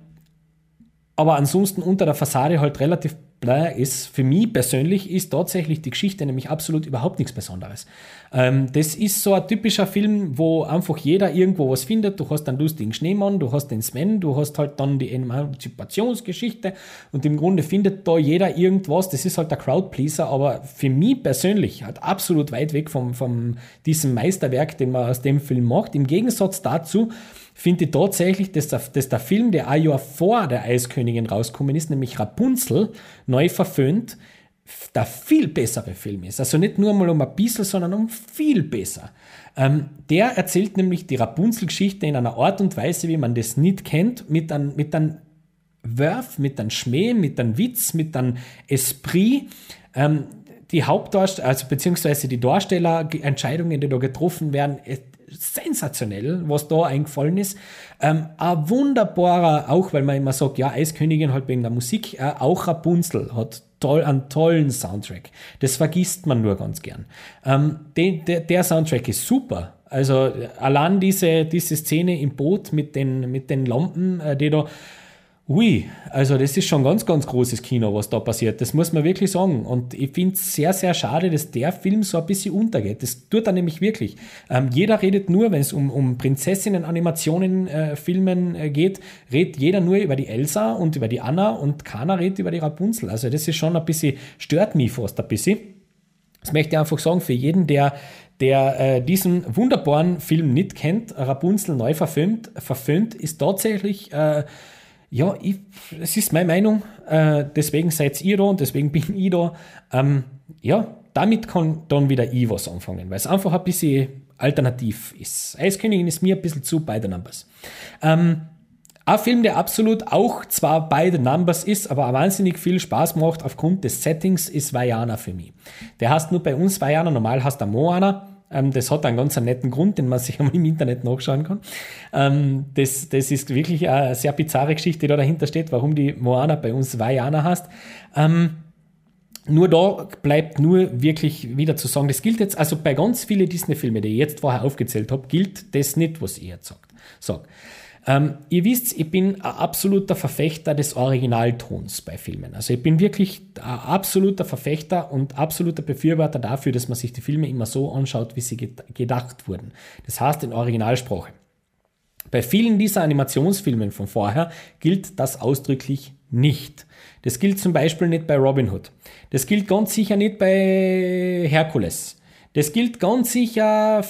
aber ansonsten unter der Fassade halt relativ bläh ist. Für mich persönlich ist tatsächlich die Geschichte nämlich absolut überhaupt nichts Besonderes. Ähm, das ist so ein typischer Film, wo einfach jeder irgendwo was findet. Du hast einen lustigen Schneemann, du hast den Sven, du hast halt dann die Emanzipationsgeschichte und im Grunde findet da jeder irgendwas. Das ist halt der Crowdpleaser, aber für mich persönlich halt absolut weit weg vom, vom diesem Meisterwerk, den man aus dem Film macht. Im Gegensatz dazu finde ich tatsächlich, dass der, dass der Film, der ein Jahr vor der Eiskönigin rausgekommen ist, nämlich Rapunzel, neu verföhnt, der viel bessere Film ist. Also nicht nur mal um ein bisschen, sondern um viel besser. Ähm, der erzählt nämlich die Rapunzel-Geschichte in einer Art und Weise, wie man das nicht kennt, mit einem mit einem Wurf, mit einem Schmäh, mit einem Witz, mit einem Esprit. Ähm, die Hauptdarsteller, also beziehungsweise die Darstellerentscheidungen, die da getroffen werden, sensationell, was da eingefallen ist. Ähm, ein wunderbarer, auch weil man immer sagt, ja, Eiskönigin halt wegen der Musik, äh, auch Rapunzel hat toll, einen tollen Soundtrack. Das vergisst man nur ganz gern. Ähm, de, de, der Soundtrack ist super. Also allein diese, diese Szene im Boot mit den, mit den Lampen, äh, die da Ui, also das ist schon ganz, ganz großes Kino, was da passiert. Das muss man wirklich sagen. Und ich finde es sehr, sehr schade, dass der Film so ein bisschen untergeht. Das tut er nämlich wirklich. Ähm, jeder redet nur, wenn es um, um Prinzessinnen-Animationen, äh, Filmen äh, geht, redet jeder nur über die Elsa und über die Anna und keiner redet über die Rapunzel. Also das ist schon ein bisschen, stört mich fast ein bisschen. Das möchte ich einfach sagen, für jeden, der, der äh, diesen wunderbaren Film nicht kennt, Rapunzel neu verfilmt, verfilmt ist tatsächlich... Äh, ja, ich, es ist meine Meinung, äh, deswegen seid ihr da und deswegen bin ich da. Ähm, ja, damit kann dann wieder ich was anfangen, weil es einfach ein bisschen alternativ ist. Eiskönigin ist mir ein bisschen zu by the numbers. Ähm, ein Film, der absolut auch zwar by the numbers ist, aber auch wahnsinnig viel Spaß macht aufgrund des Settings, ist Vaiana für mich. Der heißt nur bei uns Vaiana, normal heißt er Moana. Ähm, das hat einen ganz netten Grund, den man sich einmal im Internet nachschauen kann. Ähm, das, das ist wirklich eine sehr bizarre Geschichte, die da dahinter steht, warum die Moana bei uns Vaiana heißt. Ähm, Nur da bleibt nur wirklich wieder zu sagen, das gilt jetzt, also bei ganz vielen Disney-Filmen, die ich jetzt vorher aufgezählt habe, gilt das nicht, was ich jetzt sagt, sag. Ähm, ihr wisst, ich bin ein absoluter Verfechter des Originaltons bei Filmen. Also ich bin wirklich ein absoluter Verfechter und absoluter Befürworter dafür, dass man sich die Filme immer so anschaut, wie sie gedacht wurden. Das heißt in Originalsprache. Bei vielen dieser Animationsfilmen von vorher gilt das ausdrücklich nicht. Das gilt zum Beispiel nicht bei Robin Hood. Das gilt ganz sicher nicht bei Herkules. Das gilt ganz sicher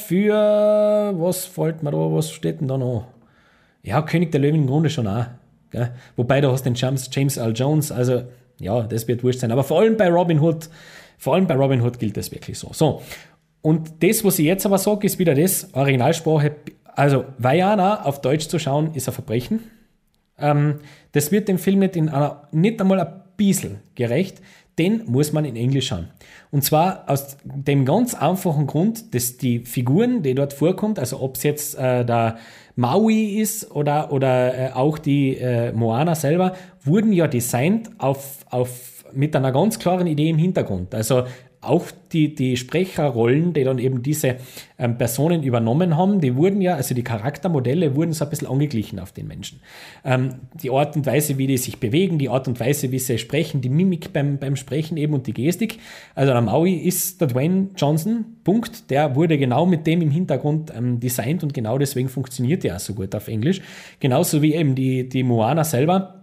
für, was fällt mir da, was steht denn da noch? Ja, König der Löwen im Grunde schon auch. Gell? Wobei du hast den James, James Earl Jones, also ja, das wird wurscht sein. Aber vor allem bei Robin Hood, vor allem bei Robin Hood gilt das wirklich so. So. Und das, was ich jetzt aber sage, ist wieder das, Originalsprache. Also Vaiana auf Deutsch zu schauen, ist ein Verbrechen. Ähm, das wird dem Film nicht, in einer, nicht einmal ein bisschen gerecht. Den muss man in Englisch schauen. Und zwar aus dem ganz einfachen Grund, dass die Figuren, die dort vorkommt, also ob es jetzt äh, der Maui ist oder, oder äh, auch die äh, Moana selber, wurden ja designt auf, auf, mit einer ganz klaren Idee im Hintergrund. Also auch die, die Sprecherrollen, die dann eben diese ähm, Personen übernommen haben, die wurden ja, also die Charaktermodelle wurden so ein bisschen angeglichen auf den Menschen. Ähm, die Art und Weise, wie die sich bewegen, die Art und Weise, wie sie sprechen, die Mimik beim, beim Sprechen eben und die Gestik. Also der Maui ist der Dwayne Johnson, Punkt. Der wurde genau mit dem im Hintergrund ähm, designt und genau deswegen funktioniert der auch so gut auf Englisch. Genauso wie eben die, die Moana selber.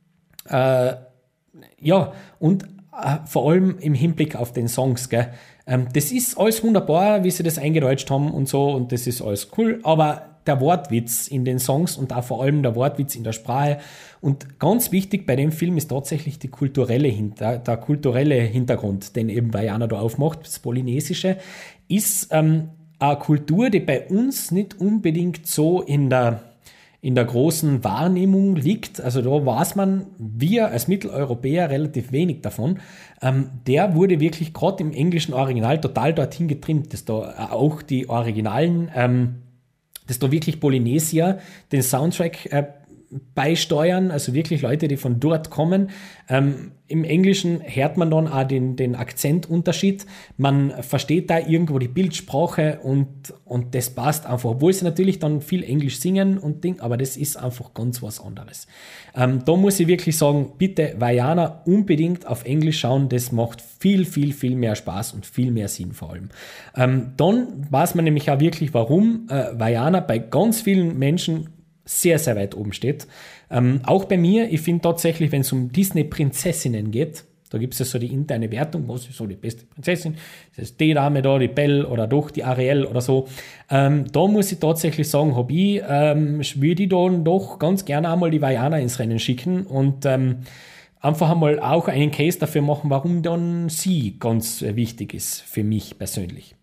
Äh, ja, und vor allem im Hinblick auf den Songs, gell. Ähm, das ist alles wunderbar, wie sie das eingedeutscht haben und so, und das ist alles cool, aber der Wortwitz in den Songs und auch vor allem der Wortwitz in der Sprache und ganz wichtig bei dem Film ist tatsächlich die kulturelle Hinter, der kulturelle Hintergrund, den eben Vaiana da aufmacht, das Polynesische, ist ähm, eine Kultur, die bei uns nicht unbedingt so in der in der großen Wahrnehmung liegt, also da weiß man, wir als Mitteleuropäer relativ wenig davon, ähm, der wurde wirklich gerade im englischen Original total dorthin getrimmt, dass da auch die Originalen, ähm, dass da wirklich Polynesier den Soundtrack äh, beisteuern, also wirklich Leute, die von dort kommen. Ähm, im Englischen hört man dann auch den, den Akzentunterschied. Man versteht da irgendwo die Bildsprache und, und das passt einfach, obwohl sie natürlich dann viel Englisch singen und Ding, aber das ist einfach ganz was anderes. Ähm, da muss ich wirklich sagen, bitte Vaiana unbedingt auf Englisch schauen, das macht viel, viel, viel mehr Spaß und viel mehr Sinn vor allem. Ähm, dann weiß man nämlich auch wirklich, warum äh, Vaiana bei ganz vielen Menschen sehr, sehr weit oben steht. Ähm, auch bei mir, ich finde tatsächlich, wenn es um Disney-Prinzessinnen geht, da gibt es ja so die interne Wertung, was ist so die beste Prinzessin, das ist die Dame da, die Belle oder doch die Ariel oder so. Ähm, da muss ich tatsächlich sagen, habe ich, ähm, würde ich dann doch ganz gerne einmal die Vaiana ins Rennen schicken und ähm, einfach einmal auch einen Case dafür machen, warum dann sie ganz wichtig ist für mich persönlich.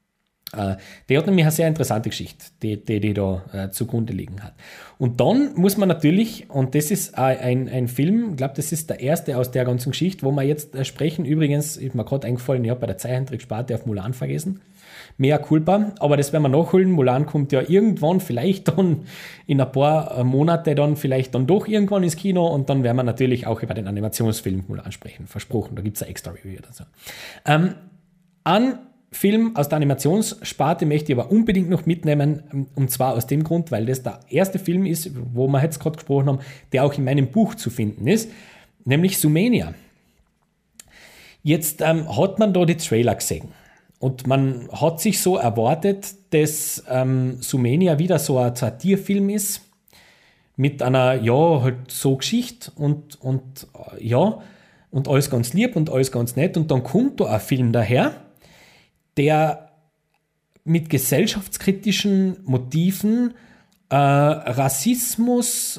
Die hat nämlich eine sehr interessante Geschichte, die die, die da äh, zugrunde liegen hat. Und dann muss man natürlich, und das ist äh, ein, ein Film, ich glaube, das ist der erste aus der ganzen Geschichte, wo wir jetzt äh, sprechen. Übrigens ist mir gerade eingefallen, ich habe bei der Zeichentricksparte auf Mulan vergessen. Mea culpa, aber das werden wir nachholen. Mulan kommt ja irgendwann, vielleicht dann in ein paar Monate dann vielleicht dann doch irgendwann ins Kino und dann werden wir natürlich auch über den Animationsfilm Mulan sprechen. Versprochen, da gibt es ein extra Review oder so. Ähm, an Film aus der Animationssparte möchte ich aber unbedingt noch mitnehmen, und zwar aus dem Grund, weil das der erste Film ist, wo wir jetzt gerade gesprochen haben, der auch in meinem Buch zu finden ist, nämlich Zoomania. Jetzt ähm, hat man da die Trailer gesehen und man hat sich so erwartet, dass ähm, Zoomania wieder so ein Satirfilm ist, mit einer, ja, halt so Geschichte und, und ja, und alles ganz lieb und alles ganz nett und dann kommt da ein Film daher, der mit gesellschaftskritischen Motiven, äh, Rassismus,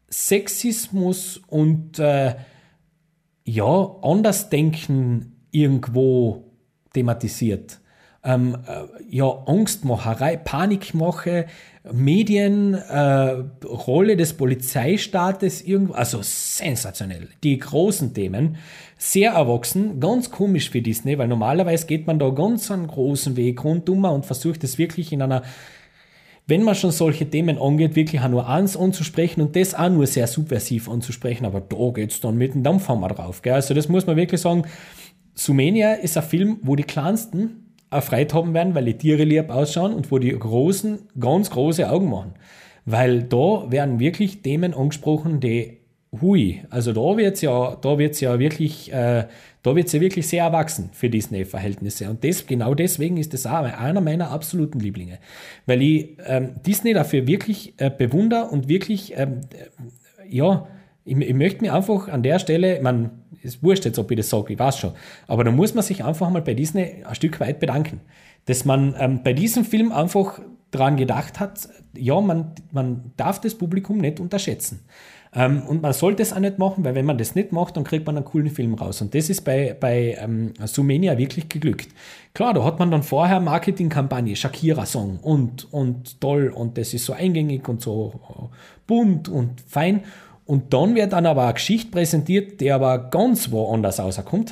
Sexismus und äh, ja, Andersdenken irgendwo thematisiert. Ähm, äh, ja, Angstmacherei, Panikmache, Medien, äh, Rolle des Polizeistaates, irgendwo, also sensationell. Die großen Themen, sehr erwachsen, ganz komisch für Disney, weil normalerweise geht man da ganz einen großen Weg rundum und versucht es wirklich in einer, wenn man schon solche Themen angeht, wirklich auch nur eins anzusprechen und das auch nur sehr subversiv anzusprechen, aber da geht's dann mit dem Dampfhammer drauf. Gell? Also das muss man wirklich sagen, Zoomania ist ein Film, wo die Kleinsten erfreut haben werden, weil die Tiere lieb ausschauen und wo die Großen ganz große Augen machen. Weil da werden wirklich Themen angesprochen, die hui, also da wird's ja, da wird's ja wirklich, äh, da wird's ja wirklich sehr erwachsen für Disney-Verhältnisse. Und das, genau deswegen ist das auch einer meiner absoluten Lieblinge. Weil ich ähm, Disney dafür wirklich äh, bewundere und wirklich, ähm, äh, ja, ich, ich möchte mir einfach an der Stelle, man, ist wurscht jetzt, ob ich das sage, ich weiß schon, aber da muss man sich einfach mal bei Disney ein Stück weit bedanken, dass man ähm, bei diesem Film einfach daran gedacht hat, ja, man, man darf das Publikum nicht unterschätzen. Ähm, und man sollte es auch nicht machen, weil wenn man das nicht macht, dann kriegt man einen coolen Film raus. Und das ist bei, bei ähm, Zoomania wirklich geglückt. Klar, da hat man dann vorher Marketingkampagne, Shakira-Song und, und toll und das ist so eingängig und so bunt und fein. Und dann wird dann aber eine Geschichte präsentiert, die aber ganz woanders rauskommt.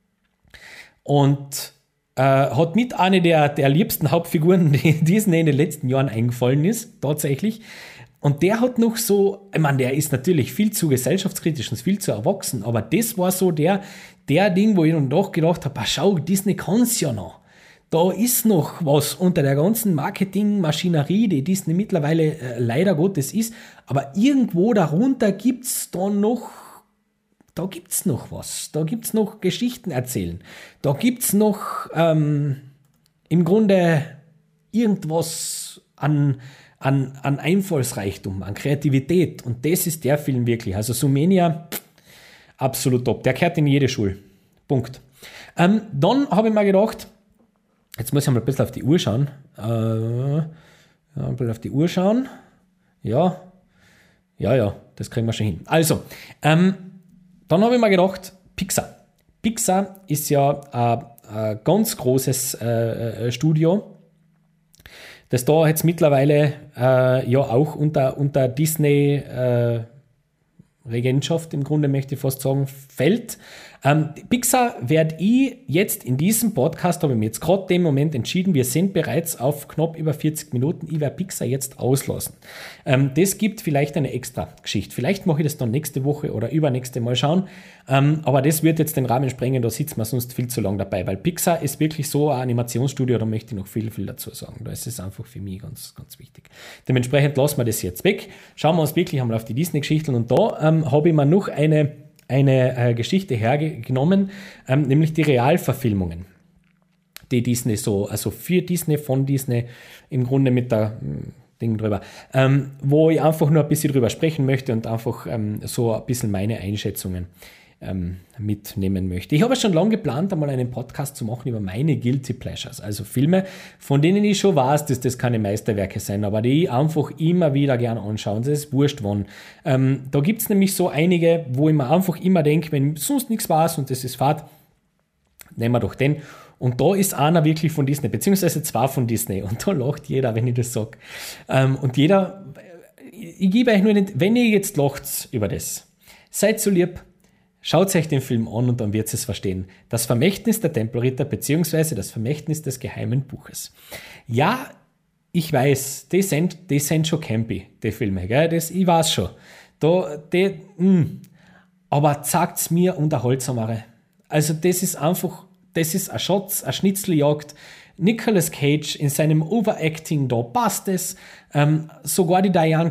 Und äh, hat mit eine der, der liebsten Hauptfiguren, die Disney in den letzten Jahren eingefallen ist, tatsächlich. Und der hat noch so, ich meine, der ist natürlich viel zu gesellschaftskritisch und viel zu erwachsen, aber das war so der, der Ding, wo ich dann doch gedacht habe, schau, Disney kann's ja noch. Da ist noch was unter der ganzen Marketingmaschinerie, die Disney mittlerweile äh, leider Gottes ist, aber irgendwo darunter gibt's da noch, da gibt's noch was, da gibt's noch Geschichten erzählen, da gibt's noch ähm, im Grunde irgendwas an, an, an Einfallsreichtum, an Kreativität und das ist der Film wirklich. Also Zoomania, absolut top, der gehört in jede Schule. Punkt. Ähm, dann habe ich mir gedacht, jetzt muss ich mal ein bisschen auf die Uhr schauen. Äh, ja, ein bisschen auf die Uhr schauen. Ja, ja, ja, das kriegen wir schon hin. Also, ähm, dann habe ich mir gedacht, Pixar. Pixar ist ja ein, ein ganz großes äh, Studio, das da jetzt mittlerweile äh, ja auch unter, unter Disney äh, Regentschaft im Grunde, möchte ich fast sagen, fällt. Ähm, Pixar werde ich jetzt in diesem Podcast, habe ich mir jetzt gerade den Moment entschieden, wir sind bereits auf knapp über vierzig Minuten, ich werde Pixar jetzt auslassen. Ähm, das gibt vielleicht eine extra Geschichte. Vielleicht mache ich das dann nächste Woche oder übernächste Mal schauen, ähm, aber das wird jetzt den Rahmen sprengen, da sitzt man sonst viel zu lang dabei, weil Pixar ist wirklich so ein Animationsstudio, da möchte ich noch viel, viel dazu sagen. Da ist es einfach für mich ganz, ganz wichtig. Dementsprechend lassen wir das jetzt weg, schauen wir uns wirklich einmal auf die Disney-Geschichten und da ähm, habe ich mir noch eine eine äh, Geschichte hergenommen, ähm, nämlich die Realverfilmungen, die Disney so, also für Disney, von Disney, im Grunde mit der mh, Ding drüber, ähm, wo ich einfach nur ein bisschen drüber sprechen möchte und einfach ähm, so ein bisschen meine Einschätzungen ähm, mitnehmen möchte. Ich habe schon lange geplant, einmal einen Podcast zu machen über meine Guilty Pleasures, also Filme, von denen ich schon weiß, dass das keine Meisterwerke sind, aber die ich einfach immer wieder gerne anschaue. Und das ist wurscht wann. Ähm, da gibt es nämlich so einige, wo ich mir einfach immer denke, wenn sonst nichts weiß und das ist Fahrt, nehmen wir doch den. Und da ist einer wirklich von Disney, beziehungsweise zwei von Disney. Und da lacht jeder, wenn ich das sage. Ähm, und jeder, ich, ich gebe euch nur den, wenn ihr jetzt lacht über das, seid so lieb, schaut euch den Film an und dann wird ihr es verstehen. Das Vermächtnis der Tempelritter beziehungsweise das Vermächtnis des geheimen Buches. Ja, ich weiß, die sind, die sind schon campy, die Filme, gell? Das, ich weiß schon. Da, die, mh. Aber sagt's mir unterhaltsamere. Also das ist einfach, das ist ein Schatz, eine Schnitzeljagd. Nicolas Cage in seinem Overacting, da passt es. Ähm, sogar die Diane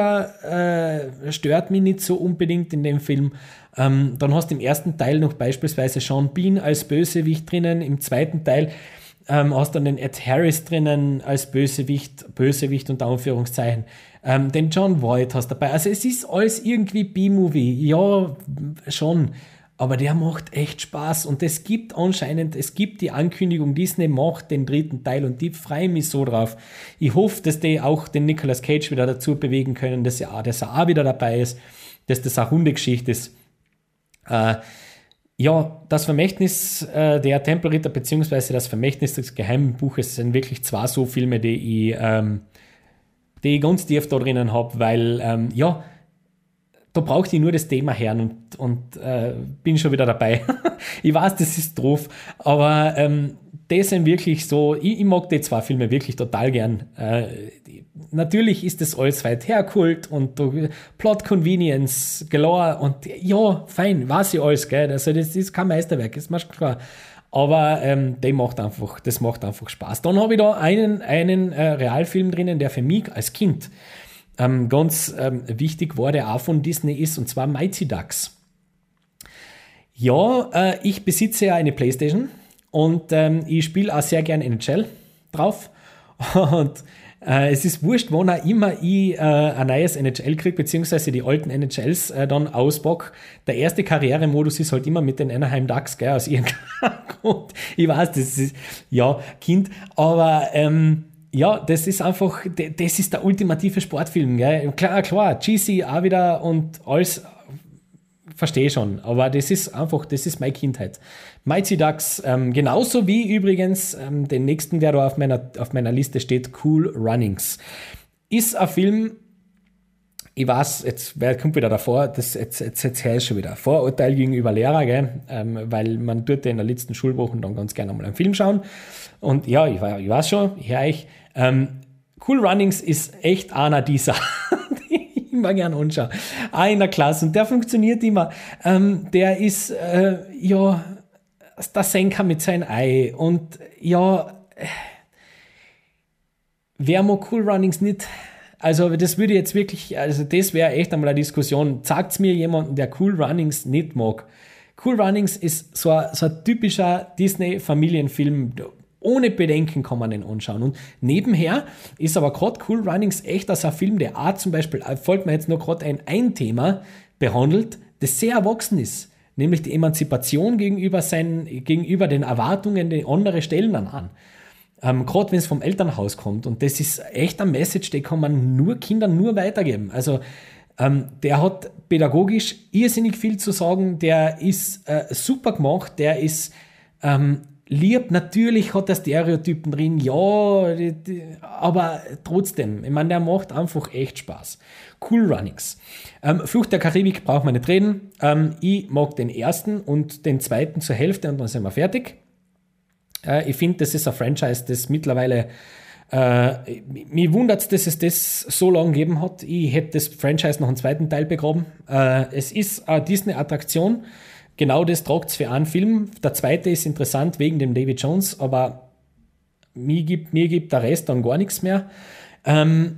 Kruger äh, stört mich nicht so unbedingt in dem Film. Ähm, dann hast du im ersten Teil noch beispielsweise Sean Bean als Bösewicht drinnen. Im zweiten Teil ähm, hast du dann den Ed Harris drinnen als Bösewicht, Bösewicht unter Anführungszeichen. Ähm, den John Voight hast du dabei. Also es ist alles irgendwie B-Movie. Ja, schon. aber der macht echt Spaß und es gibt anscheinend, es gibt die Ankündigung, Disney macht den dritten Teil und die freuen mich so drauf. Ich hoffe, dass die auch den Nicolas Cage wieder dazu bewegen können, dass er, dass er auch wieder dabei ist, dass das eine Hundegeschichte ist. Äh, ja, das Vermächtnis äh, der Tempelritter beziehungsweise das Vermächtnis des geheimen Buches sind wirklich zwei so Filme, die ich, ähm, die ich ganz tief da drinnen habe, weil ähm, ja, da braucht ich nur das Thema hören und, und äh, bin schon wieder dabei. Ich weiß, das ist doof, aber ähm, das sind wirklich so, ich, ich mag die zwei Filme wirklich total gern. Äh, die, natürlich ist das alles weit hergeholt und uh, Plot Convenience galore und ja, fein, weiß ich alles, gell? Also das ist kein Meisterwerk, ist mir schon klar. Aber ähm, der macht einfach, das macht einfach Spaß. Dann habe ich da einen, einen äh, Realfilm drinnen, der für mich als Kind Ähm, ganz ähm, wichtig war, der auch von Disney ist, und zwar Mighty Ducks. Ja, äh, ich besitze ja eine Playstation und ähm, ich spiele auch sehr gerne N H L drauf und äh, es ist wurscht, wann auch immer ich äh, ein neues N H L kriege, beziehungsweise die alten N H Ls äh, dann auspack. Der erste Karrieremodus ist halt immer mit den Anaheim Ducks, gell, aus irgendeinem Grund. Ich weiß, das ist, ja, Kind, aber ähm, ja, das ist einfach, das ist der ultimative Sportfilm, gell? Klar, klar, G C auch wieder und alles, verstehe schon, aber das ist einfach, das ist meine Kindheit. Mighty Ducks, ähm, genauso wie übrigens ähm, den nächsten, der da auf meiner, auf meiner Liste steht, Cool Runnings. Ist ein Film, ich weiß, jetzt wer kommt wieder davor, das, jetzt, jetzt, jetzt höre ich schon wieder, Vorurteil gegenüber Lehrer, gell? Ähm, weil man tut in der letzten Schulwoche dann ganz gerne mal einen Film schauen. Und ja, ich, ich weiß schon, ich höre ich, ähm, Cool Runnings ist echt einer dieser, die ich immer gerne anschaue. Auch in der Klasse und der funktioniert immer. Ähm, der ist, äh, ja, der Senker mit seinem Ei und ja, wer mag Cool Runnings nicht? Also das würde jetzt wirklich, also das wäre echt einmal eine Diskussion. Sagt mir jemanden, der Cool Runnings nicht mag. Cool Runnings ist so ein, so ein typischer Disney-Familienfilm. Ohne Bedenken kann man den anschauen. Und nebenher ist aber gerade Cool Runnings echt als ein Film, der auch zum Beispiel, folgt mir jetzt noch gerade ein, ein Thema behandelt, das sehr erwachsen ist. Nämlich die Emanzipation gegenüber, seinen, gegenüber den Erwartungen, die andere stellen dann an. Ähm, gerade wenn es vom Elternhaus kommt. Und das ist echt ein Message, die kann man nur Kindern nur weitergeben. Also ähm, der hat pädagogisch irrsinnig viel zu sagen, der ist äh, super gemacht, der ist ähm, lieb, natürlich hat er Stereotypen drin, ja, die, die, aber trotzdem, ich meine, der macht einfach echt Spaß. Cool Runnings. Ähm, Flucht der Karibik braucht man nicht reden. Ähm, ich mag den ersten und den zweiten zur Hälfte und dann sind wir fertig. Äh, ich finde, das ist ein Franchise, das mittlerweile, äh, mich wundert es, dass es das so lange gegeben hat. Ich hätte das Franchise noch einen zweiten Teil begraben. Äh, es ist eine Disney-Attraktion. Genau das tragt es für einen Film. Der zweite ist interessant wegen dem Davy Jones, aber mir gibt, mir gibt der Rest dann gar nichts mehr. Ähm,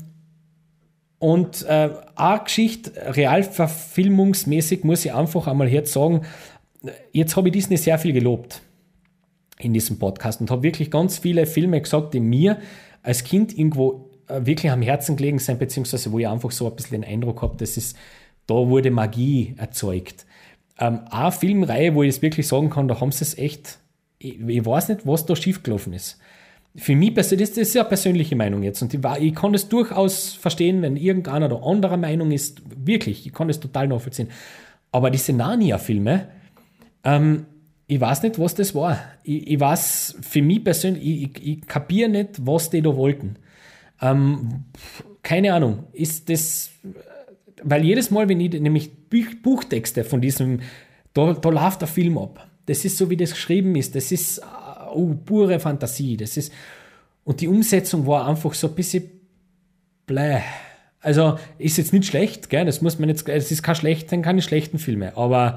und äh, eine Geschichte, realverfilmungsmäßig, muss ich einfach einmal jetzt sagen, jetzt habe ich Disney sehr viel gelobt in diesem Podcast und habe wirklich ganz viele Filme gesagt, die mir als Kind irgendwo äh, wirklich am Herzen gelegen sind, beziehungsweise wo ich einfach so ein bisschen den Eindruck habe, dass es, da wurde Magie erzeugt. Ähm, eine Filmreihe, wo ich das wirklich sagen kann, da haben sie es echt, ich, ich weiß nicht, was da schiefgelaufen ist. Für mich persönlich, das ist ja eine persönliche Meinung jetzt und ich, ich kann es durchaus verstehen, wenn irgendeiner da anderer Meinung ist, wirklich, ich kann es total nachvollziehen. Aber diese Narnia-Filme, ähm, ich weiß nicht, was das war. Ich, ich weiß, für mich persönlich, ich, ich, ich kapiere nicht, was die da wollten. Ähm, keine Ahnung, ist das... Weil jedes Mal, wenn ich nämlich Buchtexte von diesem, da, da läuft der Film ab. Das ist so, wie das geschrieben ist. Das ist oh, pure Fantasie. Das ist, und die Umsetzung war einfach so ein bisschen bläh. Also ist jetzt nicht schlecht, gell? Das muss man jetzt, es ist kein schlecht, sind keine schlechten Filme, aber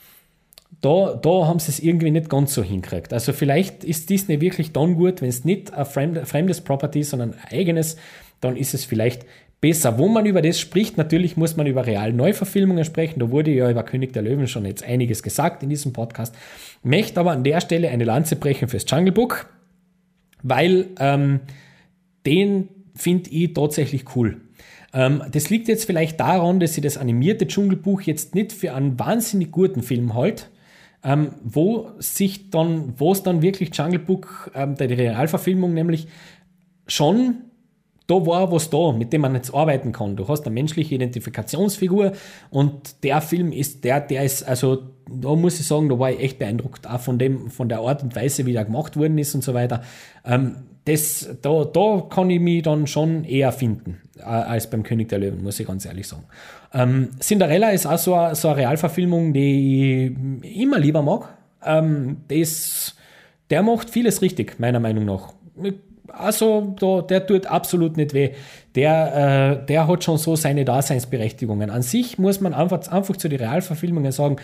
da, da haben sie es irgendwie nicht ganz so hinkriegt. Also vielleicht ist Disney wirklich dann gut, wenn es nicht ein fremd, fremdes Property ist, sondern ein eigenes, dann ist es vielleicht besser. Wo man über das spricht, natürlich muss man über real Neuverfilmungen sprechen. Da wurde ja über König der Löwen schon jetzt einiges gesagt in diesem Podcast. Möchte aber an der Stelle eine Lanze brechen fürs Jungle Book, weil ähm, den finde ich tatsächlich cool. Ähm, das liegt jetzt vielleicht daran, dass ich das animierte Dschungelbuch jetzt nicht für einen wahnsinnig guten Film halte. ähm, wo sich dann, wo es dann wirklich Jungle Book, ähm, die Realverfilmung nämlich schon da war was da, mit dem man jetzt arbeiten kann. Du hast eine menschliche Identifikationsfigur und der Film ist, der, der ist, also da muss ich sagen, da war ich echt beeindruckt, auch von dem, von der Art und Weise, wie der gemacht worden ist und so weiter. Ähm, das, da, da kann ich mich dann schon eher finden, äh, als beim König der Löwen, muss ich ganz ehrlich sagen. Ähm, Cinderella ist auch so eine, so eine Realverfilmung, die ich immer lieber mag. Ähm, das, der macht vieles richtig, meiner Meinung nach. Also, da, der tut absolut nicht weh. Der, äh, der hat schon so seine Daseinsberechtigungen. An sich muss man einfach, einfach zu den Realverfilmungen sagen,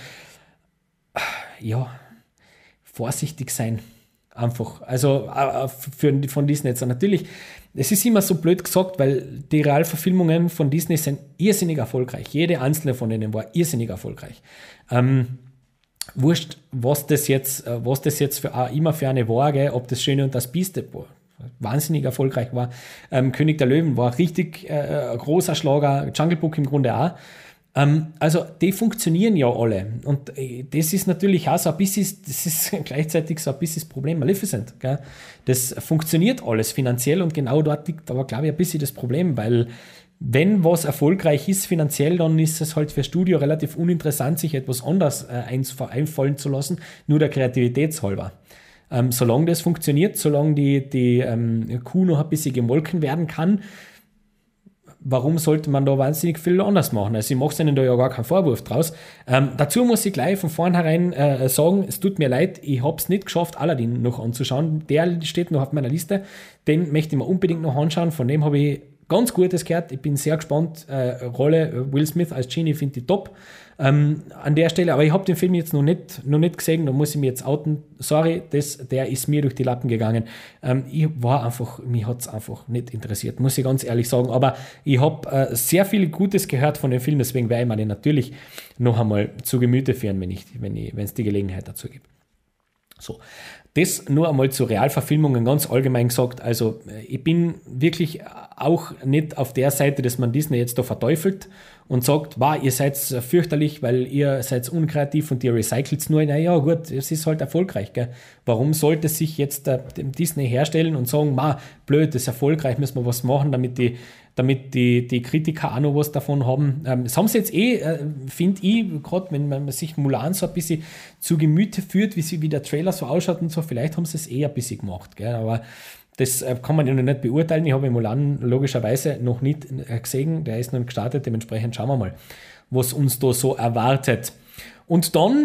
ja, vorsichtig sein. Einfach. Also, äh, für, von Disney jetzt. Natürlich, es ist immer so blöd gesagt, weil die Realverfilmungen von Disney sind irrsinnig erfolgreich. Jede einzelne von denen war irrsinnig erfolgreich. Ähm, wurscht, was das jetzt, was das jetzt für, auch immer für eine war, gell, ob das Schöne und das Bieste war. Wahnsinnig erfolgreich war. Ähm, König der Löwen war richtig äh, großer Schlager, Jungle Book im Grunde auch. Ähm, also die funktionieren ja alle. Und äh, das ist natürlich auch so ein bisschen, das ist gleichzeitig so ein bisschen das Problem. Maleficent, gell? Das funktioniert alles finanziell und genau dort liegt aber, glaube ich, ein bisschen das Problem, weil wenn was erfolgreich ist finanziell, dann ist es halt für Studio relativ uninteressant, sich etwas anderes äh, einfallen zu lassen, nur der Kreativitätshalber. Ähm, solange das funktioniert, solange die, die ähm, Kuh noch ein bisschen gemolken werden kann, warum sollte man da wahnsinnig viel anders machen? Also ich mache ihnen da ja gar keinen Vorwurf draus. Ähm, dazu muss ich gleich von vornherein äh, sagen, es tut mir leid, ich habe es nicht geschafft, Aladdin noch anzuschauen. Der steht noch auf meiner Liste, den möchte ich mir unbedingt noch anschauen, von dem habe ich ganz Gutes gehört. Ich bin sehr gespannt. Äh, Rolle Will Smith als Genie finde ich top. Ähm, an der Stelle, aber ich habe den Film jetzt noch nicht, noch nicht gesehen, da muss ich mich jetzt outen. Sorry, das, der ist mir durch die Lappen gegangen. Ähm, ich war einfach, mich hat es einfach nicht interessiert, muss ich ganz ehrlich sagen. Aber ich habe äh, sehr viel Gutes gehört von dem Film, deswegen werde ich mir den natürlich noch einmal zu Gemüte führen, wenn ich, wenn ich, wenn es die Gelegenheit dazu gibt. So, das nur einmal zu Realverfilmungen ganz allgemein gesagt. Also ich bin wirklich auch nicht auf der Seite, dass man Disney jetzt da verteufelt und sagt, wow, ihr seid fürchterlich, weil ihr seid unkreativ und ihr recycelt es nur. Naja, gut, es ist halt erfolgreich. Gell? Warum sollte sich jetzt äh, Disney herstellen und sagen, ma, blöd, das ist erfolgreich, müssen wir was machen, damit die damit die, die Kritiker auch noch was davon haben. Ähm, das haben sie jetzt eh, äh, finde ich, gerade wenn man sich Mulan so ein bisschen zu Gemüte führt, wie, sie, wie der Trailer so ausschaut und so, vielleicht haben sie es eh ein bisschen gemacht. Gell? Aber das äh, kann man ja noch nicht beurteilen. Ich habe Mulan logischerweise noch nicht äh, gesehen, der ist noch nicht gestartet, dementsprechend schauen wir mal, was uns da so erwartet. Und dann,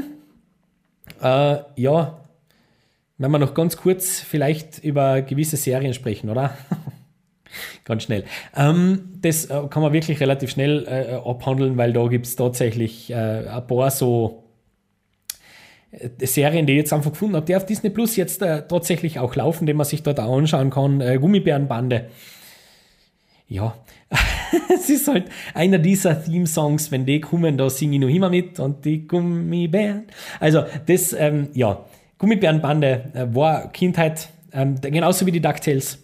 äh, ja, wenn wir noch ganz kurz vielleicht über gewisse Serien sprechen, oder? Ganz schnell. Ähm, das äh, kann man wirklich relativ schnell äh, abhandeln, weil da gibt es tatsächlich äh, ein paar so äh, Serien, die ich jetzt einfach gefunden habe, die auf Disney Plus jetzt äh, tatsächlich auch laufen, die man sich dort auch anschauen kann. Äh, Gummibärenbande. Ja, es ist halt einer dieser Theme-Songs, wenn die kommen, da singe ich noch immer mit und die Gummibären. Also das, ähm, ja, Gummibärenbande äh, war Kindheit, ähm, genauso wie die DuckTales.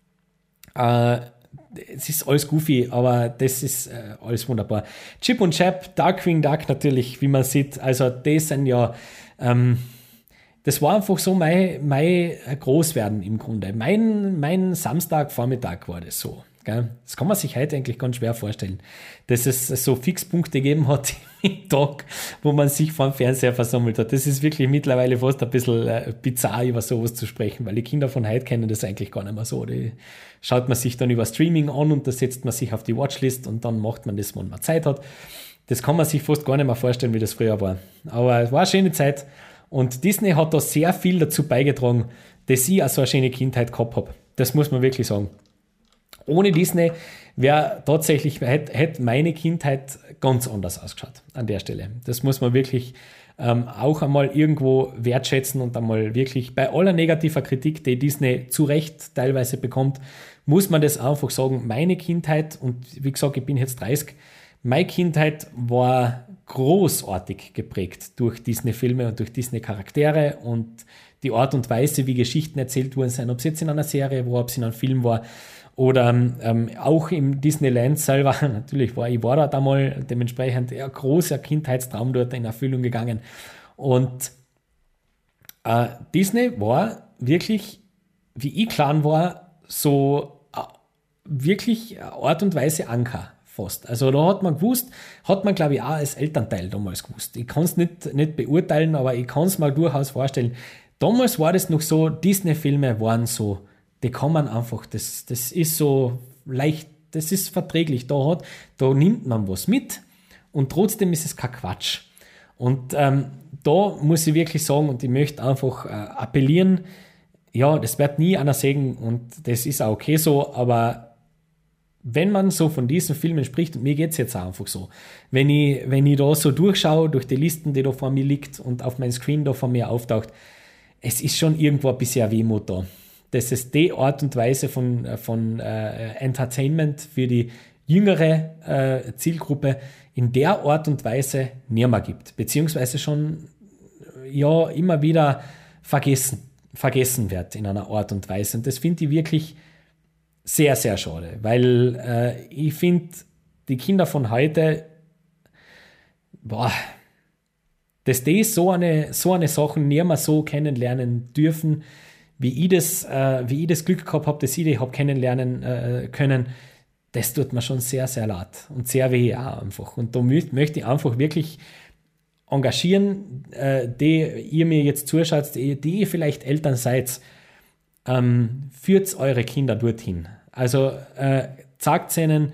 Uh, es ist alles goofy, aber das ist uh, alles wunderbar. Chip und Chap, Darkwing Duck natürlich, wie man sieht, also das sind ja, ähm, das war einfach so mein, mein Großwerden im Grunde. Mein, mein Samstagvormittag war das so. Gell? Das kann man sich heute eigentlich ganz schwer vorstellen, dass es so Fixpunkte gegeben hat im Tag, wo man sich vor dem Fernseher versammelt hat. Das ist wirklich mittlerweile fast ein bisschen äh, bizarr, über sowas zu sprechen, weil die Kinder von heute kennen das eigentlich gar nicht mehr so. Die schaut man sich dann über Streaming an und da setzt man sich auf die Watchlist und dann macht man das, wenn man Zeit hat. Das kann man sich fast gar nicht mehr vorstellen, wie das früher war. Aber es war eine schöne Zeit und Disney hat da sehr viel dazu beigetragen, dass ich auch so eine schöne Kindheit gehabt habe. Das muss man wirklich sagen. Ohne Disney wäre tatsächlich, hätte, hätte meine Kindheit ganz anders ausgeschaut an der Stelle. Das muss man wirklich ähm, auch einmal irgendwo wertschätzen und einmal wirklich bei aller negativer Kritik, die Disney zu Recht teilweise bekommt, muss man das einfach sagen, meine Kindheit, und wie gesagt, ich bin jetzt dreißig, meine Kindheit war großartig geprägt durch Disney-Filme und durch Disney-Charaktere und die Art und Weise, wie Geschichten erzählt worden sind, ob es jetzt in einer Serie war, ob es in einem Film war, oder ähm, auch im Disneyland selber, natürlich war ich war dort einmal dementsprechend ein großer Kindheitstraum dort in Erfüllung gegangen. Und äh, Disney war wirklich, wie ich klein war, so äh, wirklich Art und Weise Anker fast. Also da hat man gewusst, hat man glaube ich auch als Elternteil damals gewusst. Ich kann es nicht, nicht beurteilen, aber ich kann es mal durchaus vorstellen. Damals war das noch so, Disney-Filme waren so, die kann man einfach, das, das ist so leicht, das ist verträglich. Da, hat, da nimmt man was mit und trotzdem ist es kein Quatsch. Und ähm, da muss ich wirklich sagen, und ich möchte einfach äh, appellieren, ja, das wird nie einer sagen und das ist auch okay so, aber wenn man so von diesen Filmen spricht, und mir geht es jetzt auch einfach so, wenn ich, wenn ich da so durchschaue, durch die Listen, die da vor mir liegt und auf meinem Screen da vor mir auftaucht, es ist schon irgendwo ein bisschen Wehmut da. Dass es die Art und Weise von, von äh, Entertainment für die jüngere äh, Zielgruppe in der Art und Weise nicht mehr gibt. Beziehungsweise schon ja immer wieder vergessen, vergessen wird in einer Art und Weise. Und das finde ich wirklich sehr, sehr schade. Weil äh, ich finde, die Kinder von heute, boah, dass die so eine, so eine Sachen nicht mehr so kennenlernen dürfen, wie ich das, äh, wie ich das Glück gehabt habe, dass ich die habe kennenlernen äh, können, das tut mir schon sehr, sehr leid und sehr weh auch einfach. Und da mö- möchte ich einfach wirklich engagieren, äh, die ihr mir jetzt zuschaut, die, die ihr vielleicht Eltern seid, ähm, führt eure Kinder dorthin. Also äh, sagt ihnen,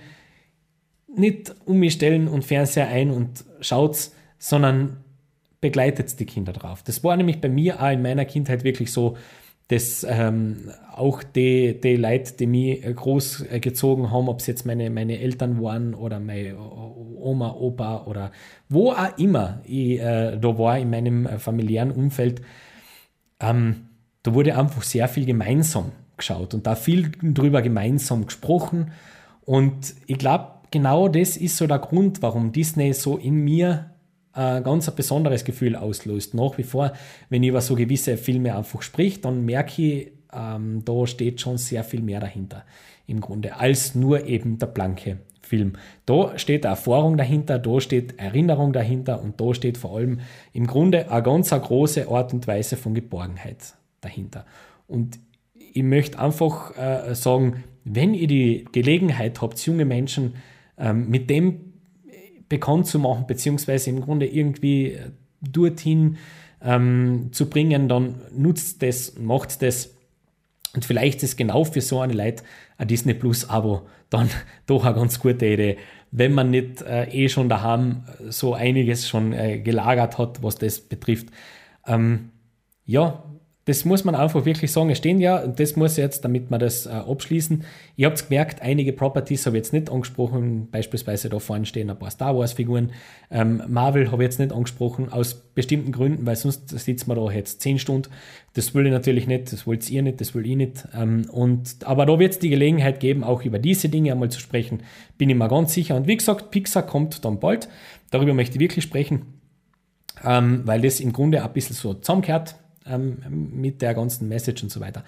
nicht umstellen und Fernseher ein und schaut's, sondern begleitet die Kinder drauf. Das war nämlich bei mir auch in meiner Kindheit wirklich so, dass ähm, auch die, die Leute, die mich groß gezogen haben, ob es jetzt meine, meine Eltern waren oder meine Oma, Opa oder wo auch immer ich äh, da war in meinem familiären Umfeld, ähm, da wurde einfach sehr viel gemeinsam geschaut und da viel drüber gemeinsam gesprochen. Und ich glaube, genau das ist so der Grund, warum Disney so in mir ein ganz ein besonderes Gefühl auslöst. Nach wie vor, wenn ich über so gewisse Filme einfach sprich, dann merke ich, ähm, da steht schon sehr viel mehr dahinter im Grunde, als nur eben der blanke Film. Da steht Erfahrung dahinter, da steht Erinnerung dahinter und da steht vor allem im Grunde eine ganz eine große Art und Weise von Geborgenheit dahinter. Und ich möchte einfach äh, sagen, wenn ihr die Gelegenheit habt, junge Menschen ähm, mit dem bekannt zu machen, beziehungsweise im Grunde irgendwie dorthin ähm, zu bringen, dann nutzt das, macht das. Und vielleicht ist genau für so eine Leute ein Disney Plus Abo dann doch eine ganz gute Idee, wenn man nicht äh, eh schon daheim so einiges schon äh, gelagert hat, was das betrifft. Ähm, ja, das muss man einfach wirklich sagen. Es stehen ja, und das muss jetzt, damit wir das äh, abschließen. Ihr habt gemerkt, einige Properties habe ich jetzt nicht angesprochen. Beispielsweise da vorne stehen ein paar Star Wars Figuren. Ähm, Marvel habe ich jetzt nicht angesprochen, aus bestimmten Gründen, weil sonst sitzen wir da jetzt zehn Stunden. Das will ich natürlich nicht, das wollt ihr nicht, das will ich nicht. Ähm, und, aber da wird es die Gelegenheit geben, auch über diese Dinge einmal zu sprechen, bin ich mir ganz sicher. Und wie gesagt, Pixar kommt dann bald. Darüber möchte ich wirklich sprechen, ähm, weil das im Grunde ein bisschen so zusammengehört mit der ganzen Message und so weiter.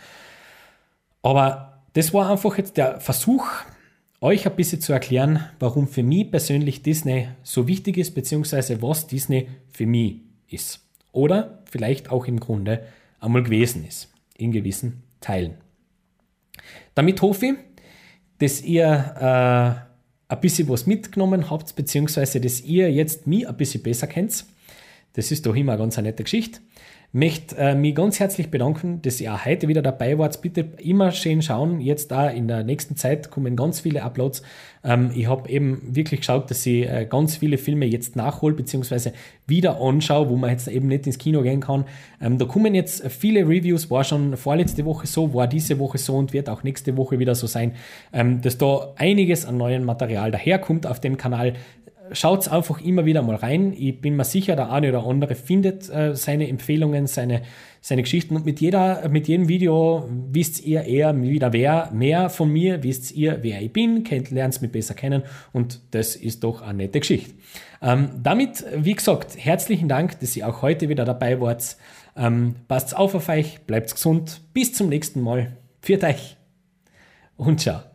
Aber das war einfach jetzt der Versuch, euch ein bisschen zu erklären, warum für mich persönlich Disney so wichtig ist, beziehungsweise was Disney für mich ist. Oder vielleicht auch im Grunde einmal gewesen ist, in gewissen Teilen. Damit hoffe ich, dass ihr äh, ein bisschen was mitgenommen habt, beziehungsweise dass ihr jetzt mich ein bisschen besser kennt. Das ist doch immer eine ganz nette Geschichte. Ich möchte äh, mich ganz herzlich bedanken, dass ihr auch heute wieder dabei wart. Bitte immer schön schauen. Jetzt da in der nächsten Zeit kommen ganz viele Uploads. Ähm, ich habe eben wirklich geschaut, dass ich äh, ganz viele Filme jetzt nachhole, beziehungsweise wieder anschaue, wo man jetzt eben nicht ins Kino gehen kann. Ähm, da kommen jetzt viele Reviews, war schon vorletzte Woche so, war diese Woche so und wird auch nächste Woche wieder so sein, ähm, dass da einiges an neuem Material daherkommt auf dem Kanal. Schaut einfach immer wieder mal rein. Ich bin mir sicher, der eine oder andere findet äh, seine Empfehlungen, seine, seine Geschichten. Und mit, jeder, mit jedem Video wisst ihr eher wieder wer, mehr von mir, wisst ihr, wer ich bin, kennt, lernt mich besser kennen. Und das ist doch eine nette Geschichte. Ähm, damit, wie gesagt, herzlichen Dank, dass ihr auch heute wieder dabei wart. Ähm, passt auf auf euch, bleibt gesund. Bis zum nächsten Mal. Pfiat euch und ciao.